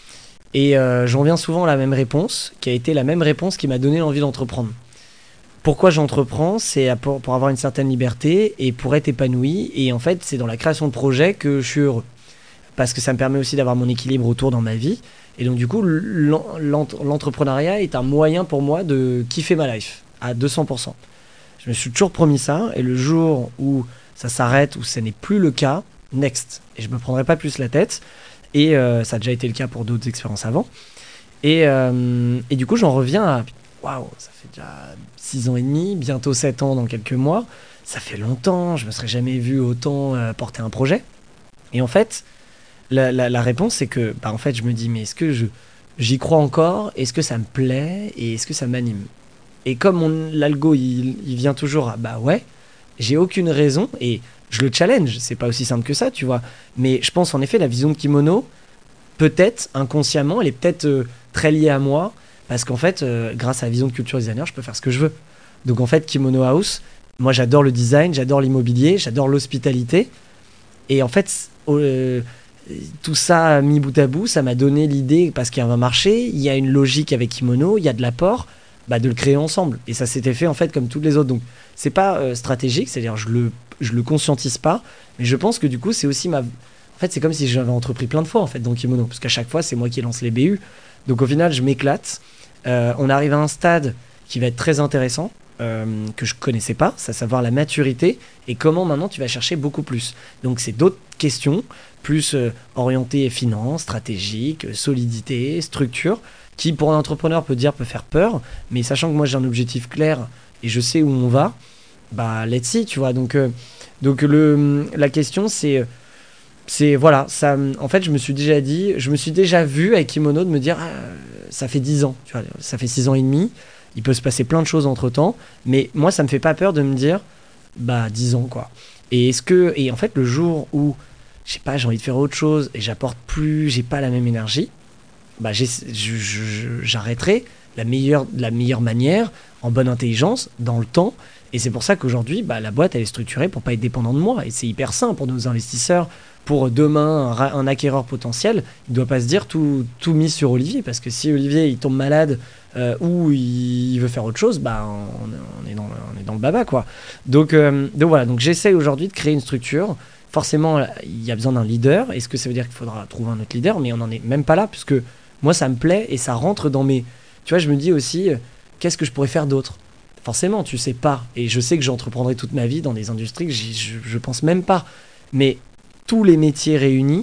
Et euh, j'en viens souvent à la même réponse, qui a été la même réponse qui m'a donné l'envie d'entreprendre. Pourquoi j'entreprends ? C'est pour, pour avoir une certaine liberté et pour être épanoui. Et en fait, c'est dans la création de projets que je suis heureux. Parce que ça me permet aussi d'avoir mon équilibre autour dans ma vie. Et donc, du coup, l'en- l'entrepreneuriat est un moyen pour moi de kiffer ma life à deux cents pour cent. Je me suis toujours promis ça. Et le jour où ça s'arrête, où ce n'est plus le cas, next. Et je me prendrai pas plus la tête. Et euh, ça a déjà été le cas pour d'autres expériences avant. Et, euh, et du coup, j'en reviens à... Waouh, ça fait déjà six ans et demi, bientôt sept ans dans quelques mois. Ça fait longtemps, je me serais jamais vu autant euh, porter un projet. Et en fait, la, la, la réponse, c'est que, bah, en fait, je me dis, mais est-ce que je, j'y crois encore ? Est-ce que ça me plaît ? Et est-ce que ça m'anime ? Et comme mon, l'algo, il, il vient toujours à, bah ouais, j'ai aucune raison, et je le challenge, c'est pas aussi simple que ça, tu vois. Mais je pense, en effet, la vision de Kimono, peut-être, inconsciemment, elle est peut-être euh, très liée à moi, parce qu'en fait, euh, grâce à la vision de culture designer, je peux faire ce que je veux. Donc en fait, Kimono House, moi j'adore le design, j'adore l'immobilier, j'adore l'hospitalité. Et en fait, euh, tout ça mis bout à bout, ça m'a donné l'idée, parce qu'il y a un marché, il y a une logique avec Kimono, il y a de l'apport, bah, de le créer ensemble. Et ça s'était fait en fait comme toutes les autres. Donc c'est pas euh, stratégique, c'est-à-dire je le, je le conscientise pas, mais je pense que du coup c'est aussi ma... En fait c'est comme si j'avais entrepris plein de fois en fait dans Kimono, parce qu'à chaque fois c'est moi qui lance les B U. Donc au final je m'éclate. Euh, on arrive à un stade qui va être très intéressant, euh, que je connaissais pas, c'est à savoir la maturité et comment maintenant tu vas chercher beaucoup plus. Donc c'est d'autres questions, plus euh, orientées finance, stratégique, euh, solidité, structure, qui pour un entrepreneur peut dire peut faire peur, mais sachant que moi j'ai un objectif clair et je sais où on va, bah let's see, tu vois. Donc, euh, donc le, la question c'est... c'est voilà, ça, en fait je me suis déjà dit, je me suis déjà vu avec Kimono de me dire ah, ça fait dix ans, tu vois, ça fait six ans et demi, il peut se passer plein de choses entre temps, mais moi ça me fait pas peur de me dire bah dix ans quoi. Et est-ce que, et en fait le jour où je sais pas, j'ai envie de faire autre chose et j'apporte plus, j'ai pas la même énergie, bah j'ai, je- je- j'arrêterai la meilleure, de la meilleure manière, en bonne intelligence, dans le temps. Et c'est pour ça qu'aujourd'hui, bah, la boîte elle est structurée pour pas être dépendant de moi. Et c'est hyper sain pour nos investisseurs. Pour demain, un, ra- un acquéreur potentiel, il ne doit pas se dire tout, tout mis sur Olivier. Parce que si Olivier il tombe malade euh, ou il, il veut faire autre chose, bah, on, on est, dans, le- on est dans le baba, quoi. Donc, euh, donc voilà, donc j'essaye aujourd'hui de créer une structure. Forcément, il y a besoin d'un leader. Est-ce que ça veut dire qu'il faudra trouver un autre leader ? Mais on n'en est même pas là, puisque moi, ça me plaît et ça rentre dans mes... Tu vois, je me dis aussi, euh, qu'est-ce que je pourrais faire d'autre ? Forcément, tu sais pas. Et je sais que j'entreprendrai toute ma vie dans des industries que j'y- je, je pense même pas. Mais tous les métiers réunis,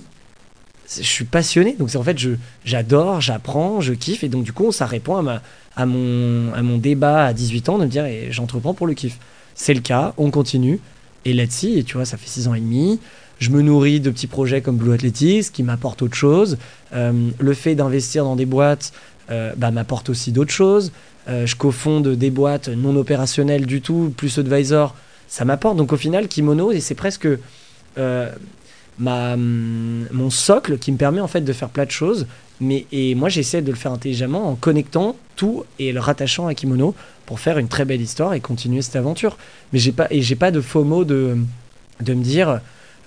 je suis passionné. Donc c'est en fait, je, j'adore, j'apprends, je kiffe. Et donc du coup, ça répond à, ma, à, mon, à mon débat à dix-huit ans de me dire, eh, j'entreprends pour le kiff. C'est le cas, on continue. Et là-dessus, et tu vois, ça fait six ans et demi. Je me nourris de petits projets comme Blue Athletics qui m'apportent autre chose. Euh, le fait d'investir dans des boîtes euh, bah, m'apporte aussi d'autres choses. Euh, je cofonde des boîtes non opérationnelles du tout, plus advisor, ça m'apporte. Donc au final, Kimono, et c'est presque euh, ma, hum, mon socle qui me permet en fait de faire plein de choses. Mais, et moi, j'essaie de le faire intelligemment en connectant tout et le rattachant à Kimono pour faire une très belle histoire et continuer cette aventure. Mais j'ai pas, et j'ai pas de FOMO de, de me dire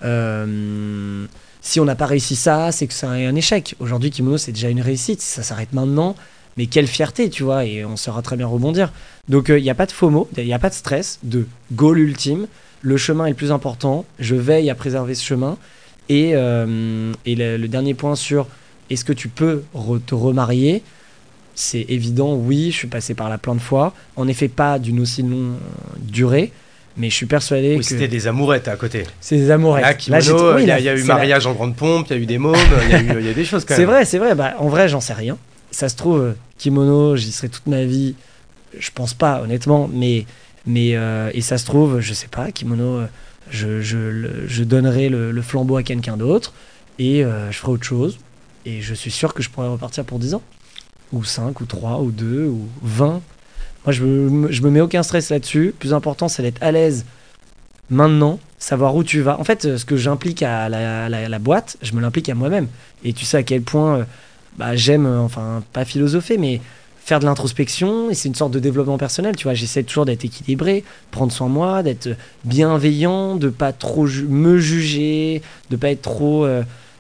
euh, si on n'a pas réussi ça, c'est que c'est un, un échec. Aujourd'hui, Kimono, c'est déjà une réussite. Si ça s'arrête maintenant, mais quelle fierté, tu vois, et on saura très bien rebondir. Donc il euh, n'y a pas de FOMO, il n'y a pas de stress, de goal ultime. Le chemin est le plus important, je veille à préserver ce chemin. Et, euh, et le, le dernier point sur est-ce que tu peux re- te remarier, c'est évident, oui, je suis passé par là plein de fois. En effet, pas d'une aussi longue durée, mais je suis persuadé Oui, que... c'était des amourettes à côté. C'est des amourettes. Là, Là, j'ai- Kimono, oui, il y a, là, il y a eu c'est mariage en grande pompe, il y a eu des mômes, il y a eu il y a des choses quand C'est même. vrai, c'est vrai. Bah, en vrai, j'en sais rien. Ça se trouve, Kimono, j'y serai toute ma vie. Je pense pas, honnêtement. Mais, mais euh, et ça se trouve, je sais pas, Kimono, euh, je, je, le- je donnerai le, le flambeau à quelqu'un d'autre et euh, je ferai autre chose. Et je suis sûr que je pourrais repartir pour dix ans. Ou cinq, ou trois, ou deux, ou vingt. Moi, je me, je me mets aucun stress là-dessus. Le plus important, c'est d'être à l'aise maintenant, savoir où tu vas. En fait, euh, ce que j'implique à la, la- la boîte, je me l'implique à moi-même. Et tu sais à quel point euh, bah, j'aime, euh, enfin, pas philosopher, mais faire de l'introspection. Et c'est une sorte de développement personnel, tu vois. J'essaie toujours d'être équilibré, prendre soin de moi, d'être bienveillant, de pas trop ju- me juger, de pas être trop, euh,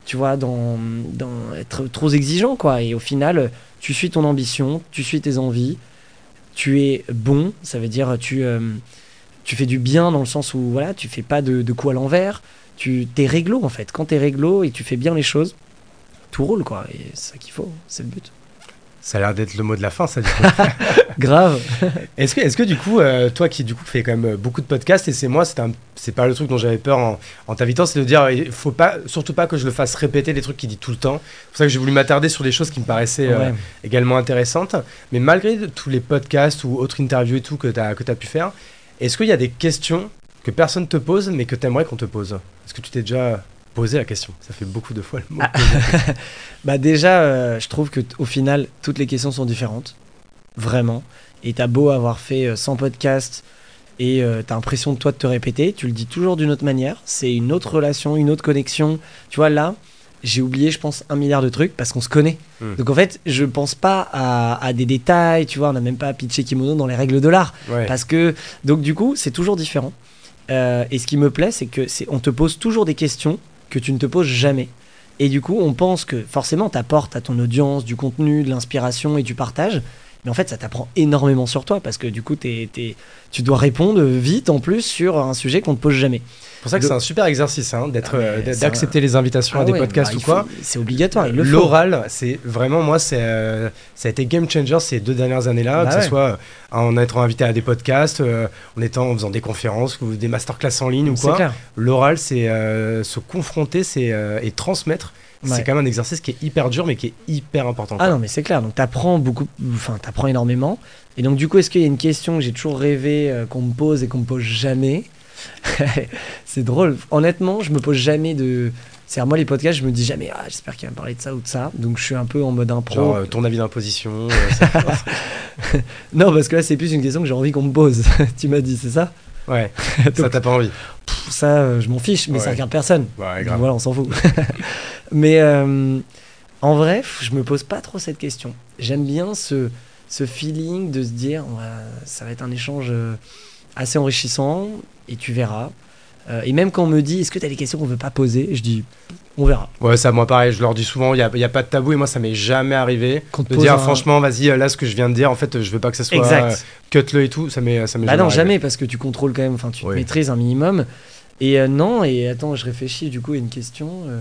tu vois, dans, dans être trop exigeant, quoi. Et au final, tu suis ton ambition, tu suis tes envies, tu es bon, ça veut dire tu, euh, tu fais du bien dans le sens où voilà, tu fais pas de, de coups à l'envers, tu t'es réglo en fait. Quand t'es réglo et que tu fais bien les choses, tout roule, quoi. Et c'est ça qu'il faut, c'est le but. Ça a l'air d'être le mot de la fin, ça, du coup. Grave. Est-ce que, est-ce que du coup, euh, toi qui du coup fais quand même beaucoup de podcasts, et c'est moi, c'est, un, c'est pas le truc dont j'avais peur en, en t'invitant, c'est de dire, il faut pas, surtout pas que je le fasse répéter les trucs qu'il dit tout le temps. C'est pour ça que j'ai voulu m'attarder sur des choses qui me paraissaient euh, Ouais. également intéressantes. Mais malgré tous les podcasts ou autres interviews et tout que tu as que t'as pu faire, est-ce qu'il y a des questions que personne te pose, mais que tu aimerais qu'on te pose? Est-ce que tu t'es déjà posé la question? Ça fait beaucoup de fois le mot. Ah. Bah déjà, euh, je trouve que t- au final, toutes les questions sont différentes, vraiment. Et t'as beau avoir fait euh, cent podcasts et euh, t'as l'impression de toi de te répéter, tu le dis toujours d'une autre manière. C'est une autre relation, une autre connexion. Tu vois, là, j'ai oublié, je pense, un milliard de trucs parce qu'on se connaît. Mm. Donc en fait, je pense pas à, à des détails. Tu vois, on n'a même pas pitché Kimono dans les règles de l'art. Ouais. Parce que, donc du coup, c'est toujours différent. Euh, et ce qui me plaît, c'est que c'est, on te pose toujours des questions que tu ne te poses jamais. Et du coup, on pense que forcément, t'apportes à ton audience du contenu, de l'inspiration et du partage. Mais en fait, ça t'apprend énormément sur toi parce que du coup, t'es, t'es, tu dois répondre vite en plus sur un sujet qu'on ne te pose jamais. C'est pour ça que Le... c'est un super exercice hein, d'être, ah euh, d'accepter un... les invitations ah à des ouais, podcasts bah, ou quoi. Faut... C'est obligatoire. Il le L'oral, faut. C'est vraiment, moi, c'est, euh, ça a été game changer ces deux dernières années-là, bah que ouais. ce soit en étant invité à des podcasts, euh, en, étant, en faisant des conférences ou des masterclass en ligne ou c'est quoi. Clair. L'oral, c'est euh, se confronter c'est, euh, et transmettre. Ouais. C'est quand même un exercice qui est hyper dur mais qui est hyper important. Ah quoi. Non mais c'est clair, donc t'apprends beaucoup, enfin t'apprends énormément. Et donc du coup est-ce qu'il y a une question que j'ai toujours rêvé euh, qu'on me pose et qu'on me pose jamais? C'est drôle, honnêtement je me pose jamais de... C'est-à-dire moi les podcasts je me dis jamais ah, j'espère qu'il va me parler de ça ou de ça, donc je suis un peu en mode impro. Genre euh, ton avis d'imposition euh, ça... Non parce que là c'est plus une question que j'ai envie qu'on me pose. Tu m'as dit c'est ça? Ouais, donc, ça t'as pas envie. Pff, ça, euh, je m'en fiche, mais ouais. Ça regarde personne. Ouais, grave. Voilà, on s'en fout. Mais euh, en vrai, je me pose pas trop cette question. J'aime bien ce, ce feeling de se dire, ouais, ça va être un échange assez enrichissant, et tu verras. Euh, et même quand on me dit, est-ce que tu as des questions qu'on veut pas poser, je dis, on verra. Ouais, ça, moi pareil, je leur dis souvent, il n'y a, y a pas de tabou, et moi ça m'est jamais arrivé de dire, un... franchement, vas-y, là, ce que je viens de dire, en fait, je veux pas que ça soit euh, cut-le et tout, ça m'est, ça m'est bah jamais non, arrivé. jamais, parce que tu contrôles quand même, enfin, tu te oui. maîtrises un minimum. Et euh, non, et attends, je réfléchis, du coup, à une question. Euh...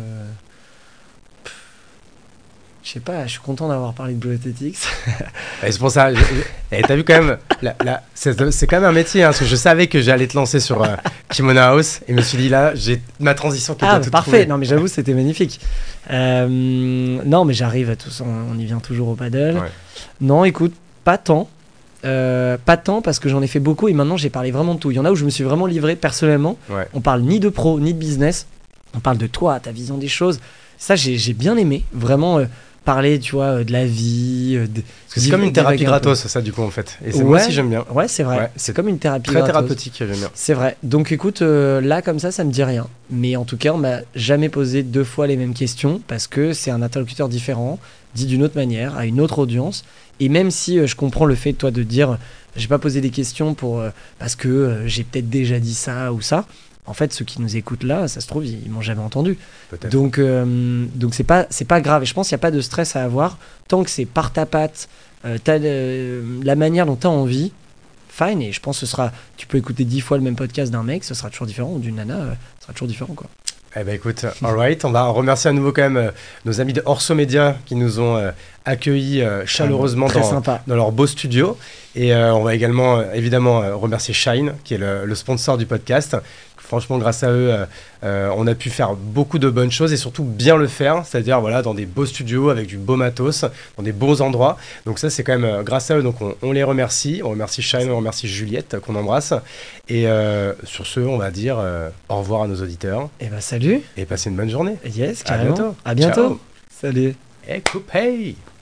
Je sais pas, je suis content d'avoir parlé de Blue Athletics. Et c'est pour ça, je, et t'as vu quand même, la, la, c'est, c'est quand même un métier, hein, parce que je savais que j'allais te lancer sur euh, Kimono House, et je me suis dit là, j'ai ma transition qui ah, était toute parfait, trouvée. Non mais j'avoue, c'était magnifique. Euh, non mais j'arrive à tout ça, on y vient toujours au paddle. Ouais. Non, écoute, pas tant. Euh, pas tant parce que j'en ai fait beaucoup et maintenant j'ai parlé vraiment de tout. Il y en a où je me suis vraiment livré personnellement. Ouais. On parle ni de pro, ni de business. On parle de toi, ta vision des choses. Ça, j'ai, j'ai bien aimé. Vraiment... Euh, parler tu vois de la vie de, parce que c'est comme une thérapie gratos ça du coup en fait et c'est ouais, moi aussi j'aime bien ouais c'est vrai ouais, c'est, c'est comme une thérapie très gratos. Thérapeutique j'aime bien c'est vrai donc écoute euh, là comme ça ça me dit rien mais en tout cas on m'a jamais posé deux fois les mêmes questions parce que c'est un interlocuteur différent dit d'une autre manière à une autre audience et même si euh, je comprends le fait toi de dire j'ai pas posé des questions pour euh, parce que euh, j'ai peut-être déjà dit ça ou ça. En fait, ceux qui nous écoutent là, ça se trouve, ils, ils m'ont jamais entendu. Peut-être. Donc, euh, donc c'est pas, c'est pas grave. Et je pense qu'il n'y a pas de stress à avoir. Tant que c'est par ta patte, euh, t'as euh, la manière dont tu as envie, fine. Et je pense que ce sera, tu peux écouter dix fois le même podcast d'un mec, ce sera toujours différent. Ou d'une nana, euh, ce sera toujours différent, quoi. Eh ben écoute, alright, on va remercier à nouveau quand même euh, nos amis de Orso Media qui nous ont euh, accueillis euh, chaleureusement ah, dans, dans leur beau studio. Et euh, on va également euh, évidemment euh, remercier Shine qui est le, le sponsor du podcast. Franchement, grâce à eux, euh, euh, on a pu faire beaucoup de bonnes choses et surtout bien le faire, c'est-à-dire voilà, dans des beaux studios avec du beau matos, dans des beaux endroits. Donc ça, c'est quand même euh, grâce à eux. Donc on, on les remercie. On remercie Shine, on remercie Juliette qu'on embrasse. Et euh, sur ce, on va dire euh, au revoir à nos auditeurs. Et bah salut. Et passez une bonne journée. Yes, carrément. À bientôt. À bientôt. Ciao. Salut. Et coupez.